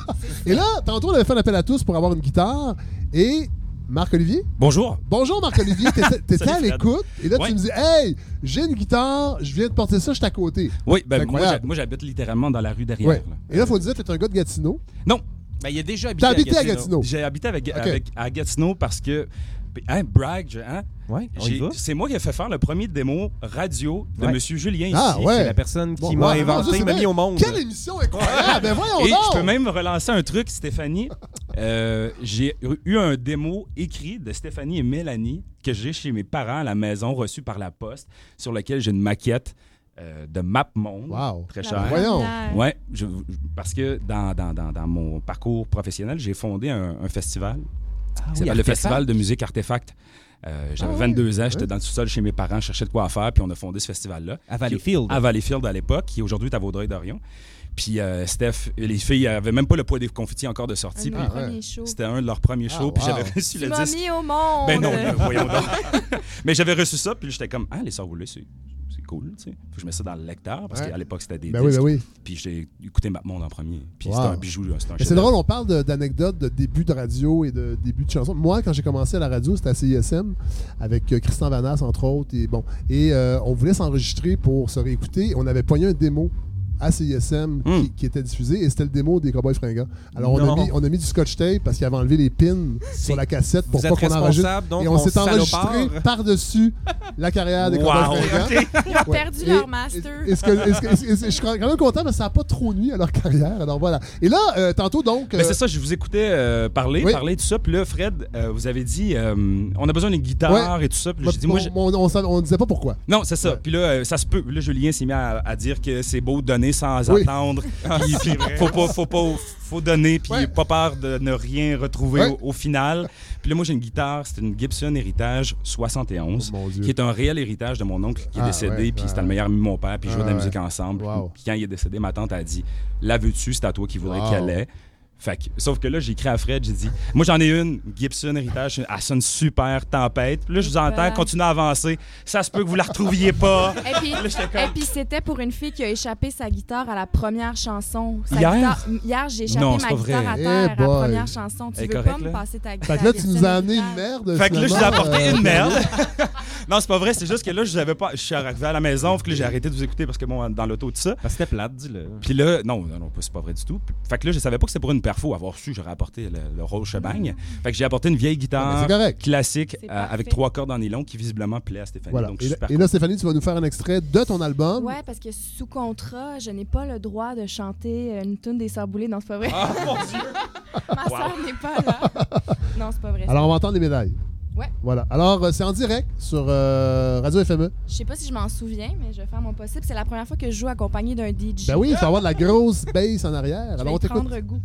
Speaker 1: Et là, tantôt, on avait fait un appel à tous pour avoir une guitare. Et Marc-Olivier?
Speaker 15: Bonjour.
Speaker 1: Bonjour Marc-Olivier, t'étais, t'étais à
Speaker 15: Salut, Fred.
Speaker 1: l'écoute. Et là,
Speaker 15: Ouais.
Speaker 1: tu me dis, hey, j'ai une guitare, je viens de porter ça, je suis à côté.
Speaker 15: Oui, ben
Speaker 1: C'est
Speaker 15: moi,
Speaker 1: incroyable.
Speaker 15: j'ha- moi, j'habite littéralement dans la rue derrière.
Speaker 1: Ouais.
Speaker 15: là.
Speaker 1: Et là, il faut dire que t'es un gars de Gatineau.
Speaker 15: Non,
Speaker 2: Ben, il a déjà habité,
Speaker 1: T'as habité à
Speaker 2: à Gatineau.
Speaker 1: Gatineau.
Speaker 15: j'ai habité avec,
Speaker 1: Ok.
Speaker 15: avec- à Gatineau parce que. Hein, brag, je- hein?
Speaker 2: Ouais, on y
Speaker 15: J'ai-
Speaker 2: va.
Speaker 15: C'est moi qui ai fait faire le premier démo radio de
Speaker 2: Ouais.
Speaker 15: M. Julien ici.
Speaker 1: Ah, ouais.
Speaker 2: C'est la personne qui
Speaker 1: Bon,
Speaker 2: m'a
Speaker 1: ouais, ça,
Speaker 2: inventé,
Speaker 1: c'est
Speaker 2: m'a
Speaker 1: bien.
Speaker 2: mis au monde.
Speaker 1: Quelle émission incroyable! Ben voyons
Speaker 15: Et
Speaker 1: donc!
Speaker 15: je peux même relancer un truc, Stéphanie. Euh, j'ai eu un démo écrit de Stéphanie et Mélanie que j'ai chez mes parents à la maison, reçu par la poste, sur lequel j'ai une maquette euh, de Map Monde.
Speaker 1: Wow.
Speaker 15: Très
Speaker 14: La
Speaker 15: cher.
Speaker 1: Voyons.
Speaker 14: première.
Speaker 15: Ouais, je- parce que dans, dans, dans, dans mon parcours professionnel, j'ai fondé un, un festival.
Speaker 2: Ah
Speaker 15: qui
Speaker 2: oui,
Speaker 15: s'appelle le
Speaker 2: Artefact.
Speaker 15: Festival de musique Artefact. Euh, j'avais
Speaker 1: Ah oui.
Speaker 15: vingt-deux ans, j'étais
Speaker 1: Ouais.
Speaker 15: dans le sous-sol chez mes parents, je cherchais de quoi faire, puis on a fondé ce festival-là.
Speaker 2: À Valleyfield.
Speaker 15: À Valleyfield à l'époque, qui aujourd'hui est à Vaudreuil-Dorion. Puis euh, Steph, et les filles n'avaient même pas le poids des confettis encore de
Speaker 14: Un
Speaker 15: sortie.
Speaker 14: de
Speaker 15: puis
Speaker 14: mes
Speaker 1: Ah, ouais.
Speaker 14: premiers shows.
Speaker 15: c'était un de leurs premiers
Speaker 1: Ah,
Speaker 15: shows, puis
Speaker 1: wow.
Speaker 15: j'avais reçu
Speaker 14: Tu
Speaker 15: le
Speaker 14: m'as
Speaker 15: disque.
Speaker 14: mis au monde.
Speaker 15: Ben non, là, voyons donc. Mais j'avais reçu ça, puis là, j'étais comme, ah, les Sœurs Boulay, c'est c'est cool, tu sais. Faut que je mette ça dans le lecteur, parce
Speaker 1: Ouais.
Speaker 15: qu'à l'époque, c'était des
Speaker 1: Ben oui,
Speaker 15: disques.
Speaker 1: ben oui.
Speaker 15: Puis j'ai écouté Mapmonde en premier. Puis
Speaker 1: Wow.
Speaker 15: c'était un bijou, là, c'était un
Speaker 1: Mais c'est
Speaker 15: chef-d'œuvre.
Speaker 1: drôle, on parle de- d'anecdotes de début de radio et de début de chansons. Moi, quand j'ai commencé à la radio, c'était à C I S M avec euh, Christian Vanas, entre autres. Et bon, et euh, on voulait s'enregistrer pour se réécouter. On avait pogné un démo à C I S M
Speaker 15: Mm.
Speaker 1: qui, qui était diffusé et c'était le démo des Cowboys Fringants. Alors, on a,
Speaker 2: Non.
Speaker 1: mis, on a mis du scotch tape parce qu'il avait enlevé les pins sur la cassette pour
Speaker 2: Vous
Speaker 1: pas
Speaker 2: êtes
Speaker 1: qu'on enregistre.
Speaker 2: responsable, donc,
Speaker 1: Et on
Speaker 2: mon
Speaker 1: s'est enregistré
Speaker 2: salopard.
Speaker 1: par-dessus la carrière des
Speaker 15: Wow,
Speaker 1: Cowboys Fringants.
Speaker 15: ok.
Speaker 14: Ils ont
Speaker 1: Ouais.
Speaker 14: perdu
Speaker 1: Et-
Speaker 14: leur master.
Speaker 1: et- et ce que- et ce que- et ce que- je suis quand même content parce que ça n'a pas trop nuit à leur carrière. Alors voilà. Et là, euh, tantôt donc.
Speaker 15: Ben,
Speaker 1: euh,
Speaker 15: c'est ça, je vous écoutais euh, parler,
Speaker 1: Oui.
Speaker 15: parler de tout ça. Puis là, Fred, euh, vous avez dit, euh, on a besoin d'une guitare et tout ça. Puis là, j'ai dit, moi,
Speaker 1: on,
Speaker 15: j'ai-
Speaker 1: on, on savait- on disait pas pourquoi.
Speaker 15: non, c'est ça.
Speaker 1: Ouais.
Speaker 15: Puis là, euh, ça se peut. Là, Julien s'est mis à, à dire que c'est beau de donner sans
Speaker 1: Oui.
Speaker 15: attendre. Puis, puis faut pas, faut pas, faut donner. Puis
Speaker 1: Ouais.
Speaker 15: pas peur de ne rien retrouver
Speaker 1: Ouais.
Speaker 15: au, au final. Puis là, moi, j'ai une guitare. C'est une Gibson Héritage soixante et onze,
Speaker 1: Oh, mon Dieu.
Speaker 15: qui est un réel héritage de mon oncle qui est
Speaker 1: Ah,
Speaker 15: décédé.
Speaker 1: ouais,
Speaker 15: Puis
Speaker 1: ouais,
Speaker 15: c'était le
Speaker 1: ouais.
Speaker 15: meilleur ami de mon père. Puis ils jouaient de la
Speaker 1: Ah,
Speaker 15: musique
Speaker 1: ouais.
Speaker 15: ensemble.
Speaker 1: Wow.
Speaker 15: Puis quand il est décédé, ma tante a dit, la veux-tu? C'est à toi qu'il voudrait
Speaker 1: Wow.
Speaker 15: qu'elle ait. Fait que, sauf que là, j'ai écrit à Fred, j'ai dit, moi j'en ai une, Gibson Héritage, elle sonne super, tempête. Puis là, je vous entends
Speaker 14: Voilà.
Speaker 15: continuer à avancer. Ça se peut que vous la retrouviez pas.
Speaker 14: Et puis,
Speaker 15: Là, j'étais comme-
Speaker 14: et puis c'était pour une fille qui a échappé sa guitare à la première chanson. Sa
Speaker 15: Hier?
Speaker 14: guitare- hier, j'ai échappé
Speaker 15: Non,
Speaker 14: ma
Speaker 15: c'est pas
Speaker 14: guitare
Speaker 15: vrai.
Speaker 14: à
Speaker 1: Eh
Speaker 14: terre à la
Speaker 1: boy.
Speaker 14: première chanson. Tu
Speaker 15: Elle est
Speaker 14: veux
Speaker 15: correcte,
Speaker 14: pas
Speaker 15: là?
Speaker 14: me passer ta guitare?
Speaker 1: Fait que là, tu nous as amené
Speaker 14: Gibson
Speaker 1: une
Speaker 14: Héritage?
Speaker 1: merde.
Speaker 15: Fait que là, je vous ai
Speaker 1: finalement,
Speaker 15: apporté
Speaker 1: euh,
Speaker 15: une merde. Non, c'est pas vrai, c'est juste que là, je savais pas. Je suis arrivé à la maison, puis que là, j'ai arrêté de vous écouter parce que bon, dans l'auto, tout ça.
Speaker 2: Parce que c'était plate, dis-le.
Speaker 15: Puis là, non, non, non, c'est pas vrai du tout. Fait que là, je savais pas que c'était pour une perfo. Avoir su, j'aurais apporté le, le rose shebang. Fait que j'ai apporté une vieille
Speaker 1: Ah,
Speaker 15: guitare
Speaker 1: mais c'est correct.
Speaker 15: classique
Speaker 14: C'est
Speaker 15: euh,
Speaker 14: parfait.
Speaker 15: avec trois cordes en nylon qui visiblement plaît à Stéphanie.
Speaker 1: Voilà.
Speaker 15: Donc, je
Speaker 1: Et
Speaker 15: suis
Speaker 1: là,
Speaker 15: super
Speaker 1: et là, Stéphanie, tu vas nous faire un extrait de ton album.
Speaker 14: Ouais, parce que sous contrat, je n'ai pas le droit de chanter une tune des Sœurs Boulay. Non, c'est pas vrai.
Speaker 15: Ah, mon Dieu!
Speaker 14: Ma sœur n'est pas là. Non, c'est pas vrai.
Speaker 1: Alors, on va entendre les médailles.
Speaker 14: Ouais.
Speaker 1: Voilà. Alors, euh, c'est en direct sur euh, Radio F M E.
Speaker 14: Je sais pas si je m'en souviens, mais je vais faire mon possible. C'est la première fois que je joue accompagné d'un D J.
Speaker 1: Ben oui, il faut avoir de la grosse bass en arrière.
Speaker 14: Je
Speaker 1: Alors,
Speaker 14: vais
Speaker 1: on
Speaker 14: y
Speaker 1: t'écoute.
Speaker 14: prendre goût.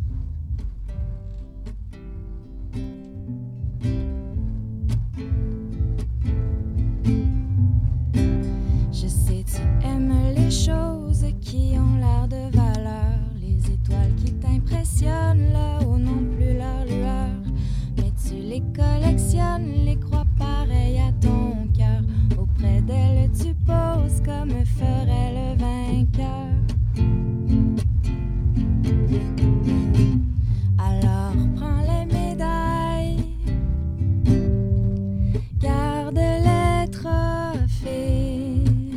Speaker 14: Je sais, tu aimes les choses qui ont l'air de valeur, les étoiles qui t'impressionnent là-haut n'ont plus leur lueur, mais tu les collectionnes, les crois pareilles à ton cœur. Auprès d'elles, tu poses comme ferait le vainqueur. Alors prends les médailles, garde les trophées.